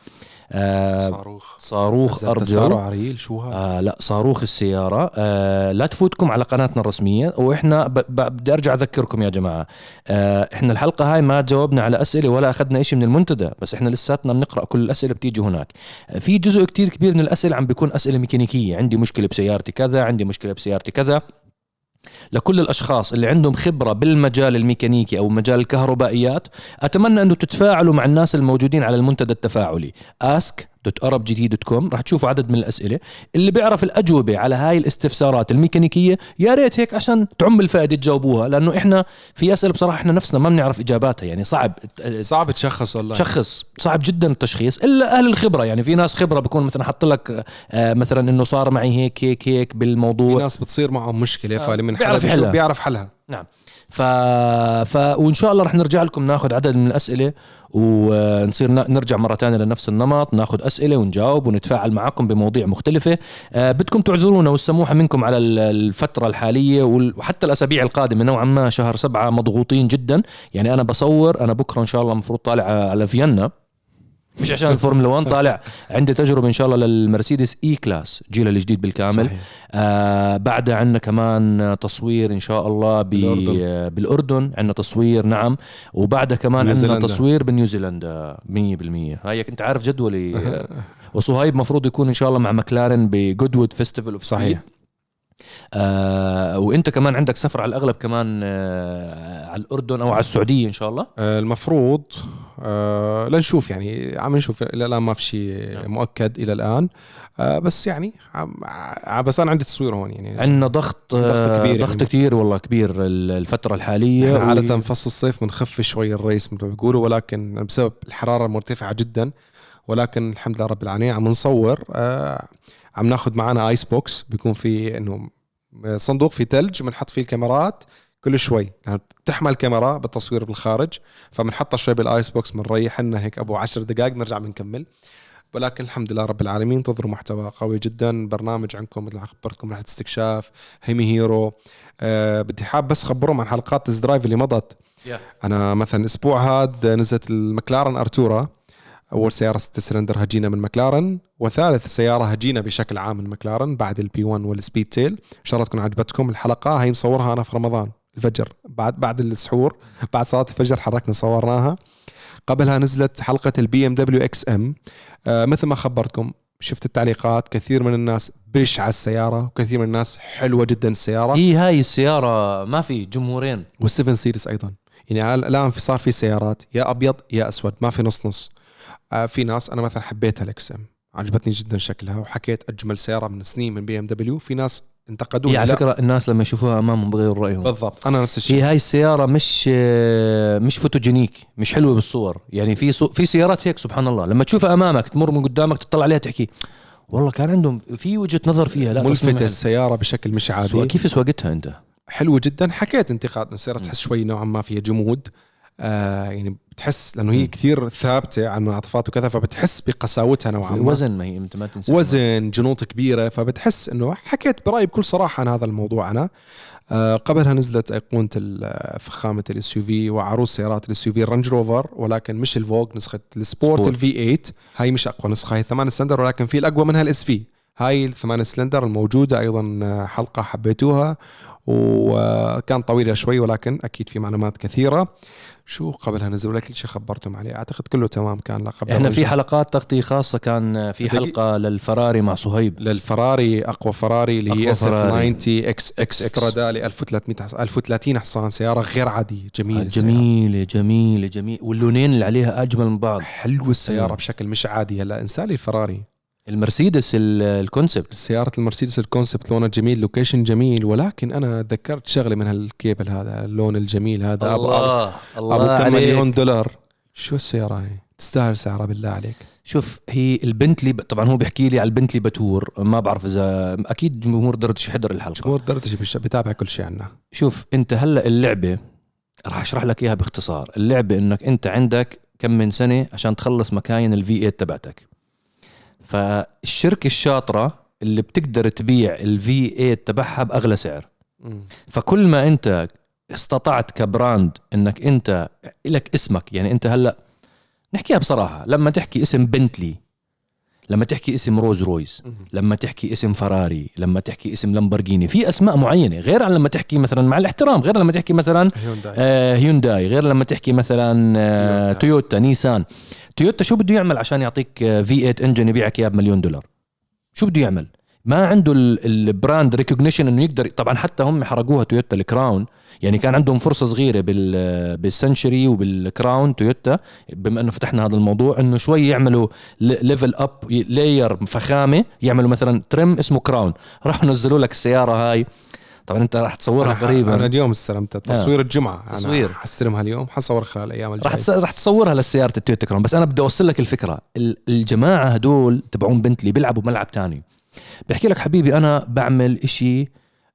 صاروخ أرض جو عريل شو هذا؟ لا صاروخ السيارة. لا تفوتكم على قناتنا الرسمية. وإحنا بدي أرجع أذكركم يا جماعة، إحنا الحلقة هاي ما جاوبنا على أسئلة ولا أخذنا إشي من المنتدى، بس إحنا لساتنا بنقرأ كل الأسئلة بتيجي هناك. في جزء كتير كبير من الأسئلة عم بيكون أسئلة ميكانيكية، عندي مشكلة بسيارتي كذا، عندي مشكلة بسيارتي كذا. لكل الأشخاص اللي عندهم خبرة بالمجال الميكانيكي أو مجال الكهربائيات، أتمنى أنه تتفاعلوا مع الناس الموجودين على المنتدى التفاعلي ask.arabgt.com. راح تشوفوا عدد من الأسئلة. اللي بيعرف الأجوبة على هاي الاستفسارات الميكانيكية يا ريت هيك عشان تعم الفائدة تجاوبوها، لأنه إحنا في أسئلة بصراحة إحنا نفسنا ما بنعرف إجاباتها، يعني صعب تشخص والله، صعب جدا التشخيص إلا أهل الخبرة. يعني في ناس خبرة بيكون مثلا حط لك مثلا إنه صار معي هيك بالموضوع. في ناس بتصير معهم مشكلة فمن بيعرف حلها. نعم. وإن شاء الله رح نرجع لكم ناخد عدد من الأسئلة، ونصير نرجع مرة تانية لنفس النمط، ناخد أسئلة ونجاوب ونتفاعل معكم بمواضيع مختلفة. بدكم تعذرونا والسموحة منكم على الفترة الحالية وحتى الأسابيع القادمة. نوعا ما شهر 7 مضغوطين جدا. يعني أنا بكرة إن شاء الله مفروض طالع على فيينا، مش عشان الفورمولا 1، طالع عندي تجربة إن شاء الله للمرسيدس إي كلاس جيلها الجديد بالكامل. بعدها عندنا كمان تصوير إن شاء الله بالأردن عندنا تصوير. نعم. وبعدها كمان عندنا تصوير بنيوزيلندا 100%. هاي كنت عارف جدولي. وصهيب مفروض يكون إن شاء الله مع مكلارن بجودوود فيستيفال أوف صحيح. وانت كمان عندك سفر على الاغلب كمان على الاردن او على السعوديه ان شاء الله. المفروض لنشوف، يعني عم نشوف الى الان ما في شيء مؤكد الى الان. بس يعني بس انا عندي تصوير هون، يعني عندنا ضغط كبير، ضغط يعني كتير والله كبير الفتره الحاليه. عاده فصل الصيف بنخف شوي الريس مثل ما بيقولوا، ولكن بسبب الحراره المرتفعه جدا. ولكن الحمد لله رب العالمين عم نصور. عم ناخذ معنا ايس بوكس، بيكون في انه صندوق فيه ثلج بنحط فيه الكاميرات كل شوي، يعني تحمل كاميرا بالتصوير بالخارج، فبنحطها شوي بالايس بوكس، بنريح لنا هيك ابو 10 دقائق نرجع بنكمل. ولكن الحمد لله رب العالمين تنظروا محتوى قوي جدا. برنامج عندكم مثل ما خبرتكم رحلة استكشاف هيمي هيرو. بدي حاب بس خبرهم عن حلقات تست درايف اللي مضت. انا مثلا الاسبوع هاد نزلت المكلارن ارتورا، أول سيارة 6 سلندر هجينا من مكلارن، وثالث سيارة هجينا بشكل عام من مكلارن بعد البي 1 والسبيد تيل. إن شاء الله تكون عجبتكم الحلقة. هاي مصورها أنا في رمضان الفجر، بعد السحور، بعد صلاة الفجر حركنا صورناها. قبلها نزلت حلقة البي ام دبليو اكس ام. مثل ما خبرتكم، شفت التعليقات، كثير من الناس بش على السيارة، وكثير من الناس حلوة جدا السيارة. هاي السيارة ما في جمهورين. والسيفن سيريس أيضا، يعني الآن صار في سيارات يا أبيض يا أسود، ما في نص. في ناس انا مثلا حبيتها الاكس ام، عجبتني جدا شكلها، وحكيت اجمل سياره من سنين من بي ام دبليو. في ناس انتقدوها. على فكره الناس لما يشوفوها امامهم بغيروا رايهم. بالضبط، انا نفس الشيء. هاي السياره مش فوتوجينيك، مش حلوه بالصور. يعني في سيارات هيك سبحان الله لما تشوفها امامك، تمر من قدامك، تطلع عليها تحكي والله كان عندهم في وجهه نظر فيها. لا ملفتة السياره بشكل مش عادي. كيف سواقتها انت؟ حلوه جدا. حكيت انتقاد السياره تحس شوي نوعا ما فيها جمود. يعني بتحس لأنه هي كثير ثابتة عن المنعطفات وكذا، فبتحس بقساوتها نوعا ما. وزن، ما هي انت ما تنسى وزن، جنوط كبيرة، فبتحس انه حكيت برأيي بكل صراحة عن هذا الموضوع. انا قبلها نزلت ايقونة فخامة الاس يو في وعروس سيارات الاس يو في الرانج روفر، ولكن مش الفوق، نسخة السبورت الفي 8. هاي مش اقوى نسخة، هي 8 سلندر، ولكن في الاقوى منها الاس في. هاي ال8 سلندر الموجودة ايضا حلقة حبيتوها، وكان طويلة شوي ولكن اكيد في معلومات كثيرة. شو قبلها نزلوا لك كل شيء خبرتم عليه؟ اعتقد كله تمام كان. لا قبل احنا في حلقات تغطية خاصة، كان في حلقة للفراري مع صهيب، للفراري اقوى فراري اللي هي اس اف 90 اكس استرادالي 1030 حصان. سيارة غير عادية، جميلة واللونين اللي عليها اجمل من بعض. حلوة السيارة بشكل مش عادي. هلا انسالي الفراري، المرسيدس الكونسبت، سيارة المرسيدس الكونسبت لونها جميل، لوكيشن جميل، ولكن أنا ذكرت شغلة من هالكيبل هذا، اللون الجميل هذا. الله أبو كم مليون دولار. شو السيارة هاي؟ تستاهل سعرها بالله عليك. شوف، هي البنتلي طبعا هو بيحكي لي على البنتلي بتور، ما بعرف إذا أكيد جمهور دردش حضر الحلقة. جمهور دردش بتابع كل شيء عنا. شوف أنت هلأ اللعبة راح أشرح لك إياها باختصار. اللعبة إنك أنت عندك كم من سنة عشان تخلص مكاين الفي 8 تبعتك. فالشركة الشاطرة اللي بتقدر تبيع الفي 8 تبعها بأغلى سعر. فكل ما أنت استطعت كبراند إنك أنت لك اسمك، يعني أنت هلأ نحكيها بصراحة، لما تحكي اسم بنتلي لما تحكي اسم روز رويز، لما تحكي اسم فراري، لما تحكي اسم لامبورجيني، في اسماء معينه غير عن لما تحكي مثلا مع الاحترام، غير لما تحكي مثلا هيونداي، غير لما تحكي مثلا تويوتا، نيسان. تويوتا شو بده يعمل عشان يعطيك V8 انجن يبيعك اياه $1,000,000؟ شو بده يعمل؟ ما عنده البراند ريكوجنيشن انه يقدر. طبعا حتى هم حرقوها تويوتا الكراون، يعني كان عندهم فرصه صغيره بالسنشري وبالكراون تويوتا، بما انه فتحنا هذا الموضوع، انه شوي يعملوا ليفل اب، لاير فخامه، يعملوا مثلا ترم اسمه كراون. راحوا نزلوا لك السياره هاي، طبعا انت راح تصورها قريبا. انا اليوم استلمت تصوير الجمعه، تصوير انا حستلمها اليوم، حصور خلال الايام الجايه. راح تصورها للسياره التويوتا كراون. بس انا بدي اوصل لك الفكره، الجماعه هدول تبعون بنتلي بيلعبوا بملعب تاني. بحكي لك حبيبي انا بعمل اشي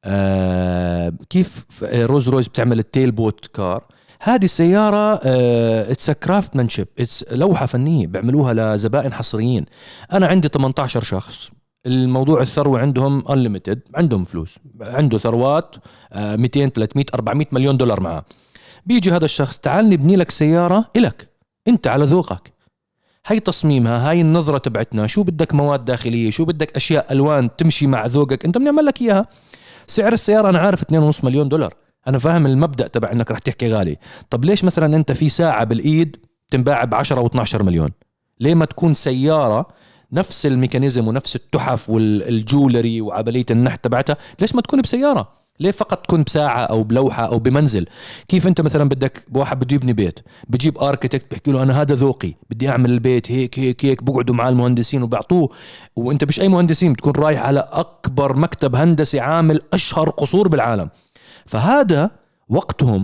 كيف روز رويز بتعمل التيل بوت كار. هذه السيارة اتس كرافتمانشيب، اتس لوحة فنية بيعملوها لزبائن حصريين. أنا عندي 18 شخص، الموضوع الثروة عندهم unlimited، عندهم فلوس، عنده ثروات 200 300 400 مليون دولار معه. بيجي هذا الشخص، تعال نبني لك سيارة إلك أنت على ذوقك، هاي تصميمها، هاي النظرة تبعتنا، شو بدك مواد داخلية، شو بدك أشياء ألوان تمشي مع ذوقك، أنت بنعمل لك إياها. سعر السيارة أنا عارف $2.5 مليون، أنا فاهم المبدأ تبع أنك رح تحكي غالي. طب ليش مثلا أنت في ساعة بالإيد تنباع ب10 و12 مليون؟ ليه ما تكون سيارة نفس الميكانيزم ونفس التحف والجولري وعبلية النحت تبعتها، ليش ما تكون بسيارة؟ ليه فقط تكون بساعة أو بلوحة أو بمنزل؟ كيف أنت مثلا بدك واحد بده يبني بيت، بجيب أركيتكت بحكي له أنا هذا ذوقي، بدي أعمل البيت هيك هيك هيك، بقعدوا مع المهندسين وبعطوه. وأنت مش أي مهندسين، بتكون رايح على أكبر مكتب هندسي عامل أشهر قصور بالعالم. فهذا وقتهم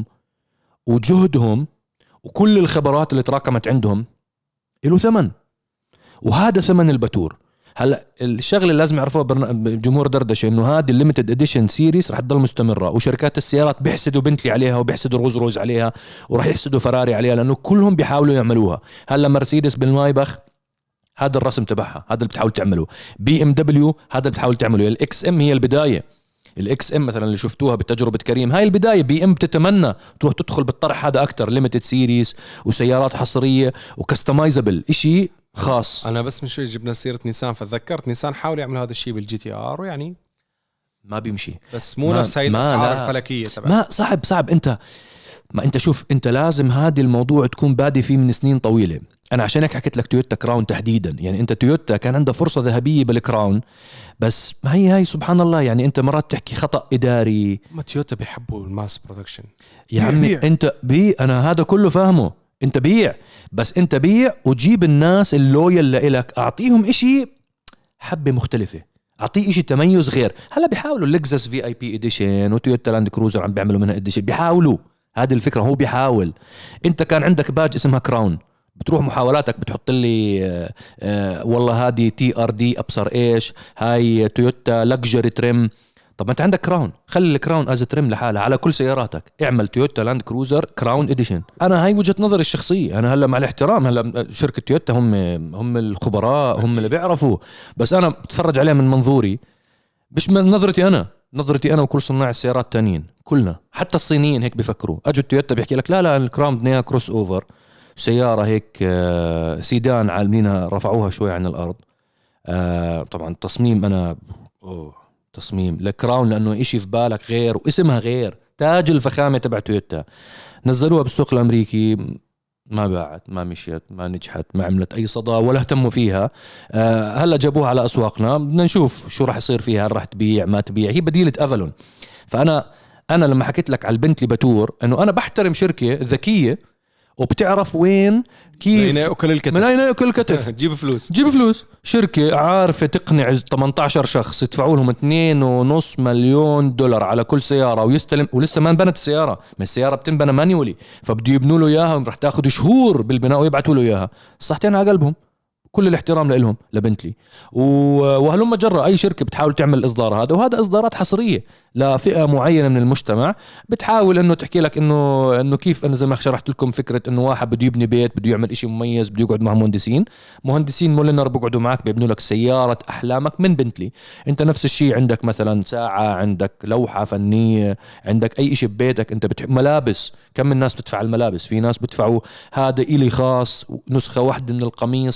وجهدهم وكل الخبرات اللي تراكمت عندهم له ثمن، وهذا ثمن البتور. هلا الشغله اللي لازم يعرفوها جمهور دردشه، انه هذه الليميتد اديشن سيريز رح تضل مستمره، وشركات السيارات بيحسدوا بنتلي عليها وبيحسدوا روز روز عليها وراح يحسدوا فراري عليها، لانه كلهم بيحاولوا يعملوها. هلا مرسيدس بالمايبخ هذا الرسم تبعها، هذا اللي بتحاول تعمله. BMW هذا اللي بتحاول تعمله. الXM هي البدايه، الXM مثلا اللي شفتوها بتجربه كريم هاي البدايه. BM بتتمنى تروح تدخل بالطرح هذا اكثر، ليميتد سيريز وسيارات حصريه وكستمايزبل، اشي خاص. انا بس من شوي جبنا سيره نيسان، فتذكرت نيسان حاول يعمل هذا الشيء بالGT-R، ويعني ما بيمشي، بس مو نفس هاي الاسعار الفلكيه تبع. ما صعب انت، ما انت شوف، انت لازم هذا الموضوع تكون بادي فيه من سنين طويله. انا عشان هيك حكيت لك تويوتا كراون تحديدا، يعني انت تويوتا كان عندها فرصه ذهبيه بالكراون، بس هي سبحان الله، يعني انت مرات تحكي خطأ اداري. ما تويوتا بيحبوا الماس برودكشن يا عمي، انت انا هذا كله فاهمه، انت بيع، بس انت بيع وجيب الناس اللويال لإلك، اعطيهم اشي حبه مختلفه، اعطيه اشي تميز غير. هلا بيحاولوا اللكزس VIP اديشن وتويوتا لاند كروزر عم بيعملوا منها اديشن، بيحاولوا، هذه الفكره، هو بيحاول. انت كان عندك باج اسمها كراون، بتروح محاولاتك بتحط لي والله هذه TRD ابصر ايش، هاي تويوتا لكجري تريم. طب ما انت عندك كراون، خلي الكراون از تريم لحالها على كل سياراتك، اعمل تويوتا لاند كروزر كراون اديشن. انا هاي وجهة نظري الشخصية، انا هلا مع الاحترام، هلا شركة تويوتا هم الخبراء، هم اللي بيعرفوا، بس انا بتفرج عليها من منظوري، مش من نظرتي انا وكل صناع السيارات تانيين كلنا، حتى الصينيين هيك بيفكروا. اجوا تويوتا بيحكي لك لا الكراون بدنا كروس اوفر، سيارة هيك سيدان عالمينها، رفعوها شوي عن الارض. طبعا التصميم انا تصميم الكراون، لانه اشي في بالك غير واسمها غير، تاج الفخامة تبع تويوتا. نزلوها بالسوق الامريكي، ما باعت، ما مشيت، ما نجحت، ما عملت اي صدى ولا اهتموا فيها. هلا جابوها على اسواقنا، بدنا نشوف شو راح يصير فيها، راح تبيع ما تبيع، هي بديلة افالون. فانا لما حكيت لك على البنتلي بتور، انه انا بحترم شركة ذكية وبتعرف وين كيف من اين ياكل الكتف تجيب فلوس. شركة عارفة تقنع 18 شخص يدفعوا لهم $2.5 مليون على كل سيارة ويستلم، ولسه ما انبنت السيارة، ما السيارة بتنبنى مانيولي، فبدو يبنوا له اياها، رح تاخذ شهور بالبناء ويبعثوا له اياها. صحتين على قلبهم، كل الاحترام لهم لبنتلي. وهلم جرى اي شركه بتحاول تعمل الاصدار هذا، وهذا اصدارات حصريه لفئه معينه من المجتمع، بتحاول انه تحكي لك انه كيف. انا زي ما شرحت لكم فكره انه واحد بده يبني بيت، بده يعمل إشي مميز، بده يقعد مع مهندسين مولينر بيقعدوا معك، بيبنوا لك سياره احلامك من بنتلي. انت نفس الشيء، عندك مثلا ساعه، عندك لوحه فنيه، عندك اي إشي ببيتك، انت ملابس، كم من الناس بتدفع الملابس؟ في ناس بدفعوا هذا إلي خاص، نسخه واحده من القميص عليه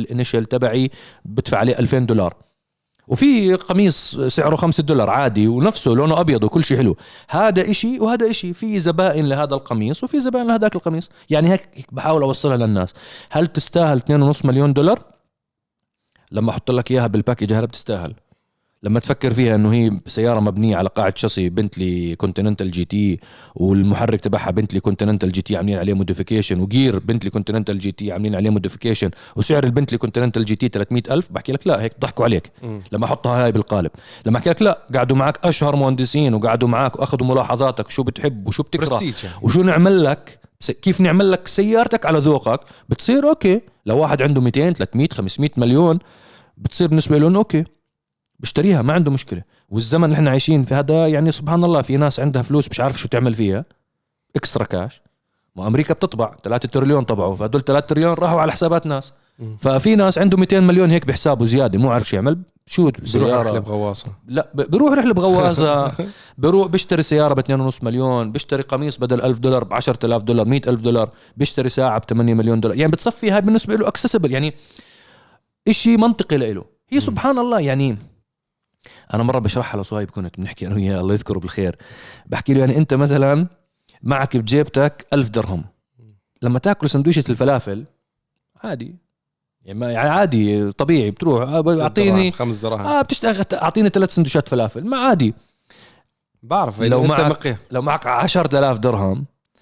الانيشال تبعي بدفع عليه $2000. وفي قميص سعره $5 عادي ونفسه لونه أبيض وكل شيء حلو. هذا إشي وهذا إشي، في زبائن لهذا القميص وفي زبائن لهذاك القميص. يعني هيك بحاول أوصلها للناس. هل تستاهل $2.5 مليون؟ لما أحط لك إياها بالباكيج هل بتستاهل؟ لما تفكر فيها انه هي سياره مبنيه على قاعده شاسي بنتلي كونتيننتال جي تي، والمحرك تبعها بنتلي كونتيننتال جي تي عاملين عليه موديفيكيشن، وجير بنتلي كونتيننتال جي تي عاملين عليه موديفيكيشن، وسعر البنتلي كونتيننتال جي تي 300,000، بحكي لك لا هيك ضحكوا عليك. لما احطها هاي بالقالب، لما احكي لك لا قعدوا معك اشهر مهندسين وقعدوا معك واخذوا ملاحظاتك شو بتحب وشو بتكره وشو نعمل لك، كيف نعمل لك سيارتك على ذوقك، بتصير اوكي. لو واحد عنده 200 300 500 مليون بتصير بالنسبه له اوكي بشتريها، ما عنده مشكلة. والزمن اللي احنا عايشين في هذا يعني سبحان الله في ناس عندها فلوس مش عارف شو تعمل فيها، اكسترا كاش. وامريكا بتطبع 3 تريليون طبعوا، فهدول 3 تريليون راحوا على حسابات ناس. ففي ناس عنده 200 مليون هيك بحسابه زيادة مو عارف شو يعمل، شو بيروح رحلة بغواصة، لا بيروح رحلة بغواصة بيروح بيشتري سيارة ب2.5 مليون، بيشتري قميص بدل $1,000 ب10,000 $100,000، بيشتري ساعة ب$8 مليون. يعني بتصفي هاي بالنسبة له اكسسبل، يعني اشي منطقي له. هي سبحان الله. يعني أنا مرة بشرحها لصهيب، كنت بنحكي أنا وياه الله يذكره بالخير، بحكي له يعني أنت مثلا معك بجيبتك 1000 درهم، لما تاكل سندويشة الفلافل عادي يعني عادي طبيعي، بتروح أعطيني 5 دراهم بتشتغل أعطيني 3 سندويشات فلافل، ما عادي. بعرف لو معك 10,000 درهم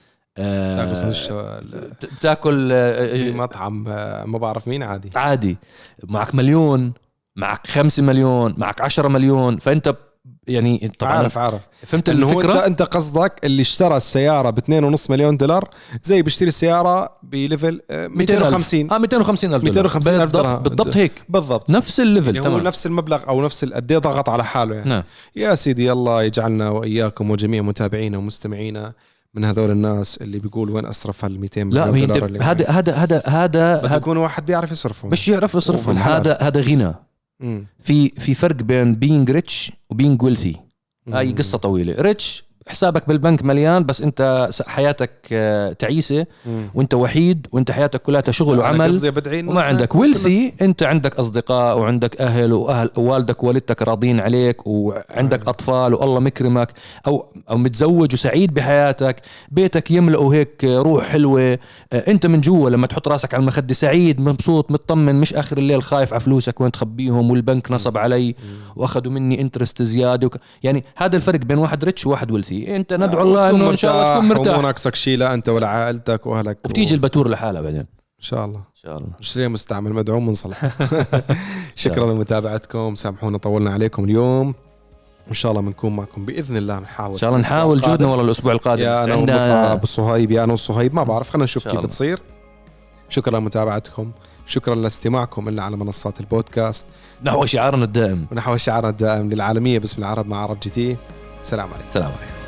بتاكل في مطعم ما بعرف مين عادي. معك مليون، معك 5 مليون، معك 10 مليون، فأنت يعني طبعا عارف فهمت الفكرة. انت قصدك اللي اشترى السيارة $2.5 مليون زي بيشتري السيارة بليفل 250 $250,000 درهم بالضبط هيك، بالضبط نفس الليفل، يعني هو نفس المبلغ او نفس قد ايه ضغط على حاله يعني. نعم. يا سيدي الله يجعلنا واياكم وجميع متابعينا ومستمعينا من هذول الناس اللي بيقول وين أصرف $200 مليون. هذا بده يكون واحد بيعرف يصرفه، مش يعرف يصرفه. هذا غنى. في فرق بين being rich و being wealthy. هاي قصة طويلة. rich حسابك بالبنك مليان بس انت حياتك تعيسة وانت وحيد وانت حياتك كلها شغل وعمل وما عندك ويلثي. انت عندك اصدقاء وعندك اهل واهل والدك ووالدتك راضين عليك وعندك اطفال والله مكرمك، او متزوج وسعيد بحياتك، بيتك يملأه هيك روح حلوة، انت من جوا لما تحط راسك على المخدة سعيد مبسوط مطمن، مش اخر الليل خايف على فلوسك وين تخبيهم والبنك نصب علي واخذوا مني انترست زيادة يعني هذا الفرق بين واحد ريتش وواحد ويلثي. انت ندعو الله انه ان شاء الله تكون مرتاح ومو ناقصك شيء لا انت ولا عائلتك واهلك، وبتيجي البتور لحالها بعدين ان شاء الله. نشتري مستعمل مدعوم من صلاح. شكرا لمتابعتكم، سامحونا طولنا عليكم اليوم، وان شاء الله بنكون معكم باذن الله. ان شاء الله نحاول جهدنا والله الاسبوع القادم. يا انا ومصعب الصهيب، يا انا والصهيب ما بعرف، خلينا نشوف كيف تصير. شكرا لمتابعتكم، شكرا لاستماعكم لنا على منصات البودكاست نحو شعارنا الدائم للعالمية باسم العرب مع عرب جي تي. سلام عليكم.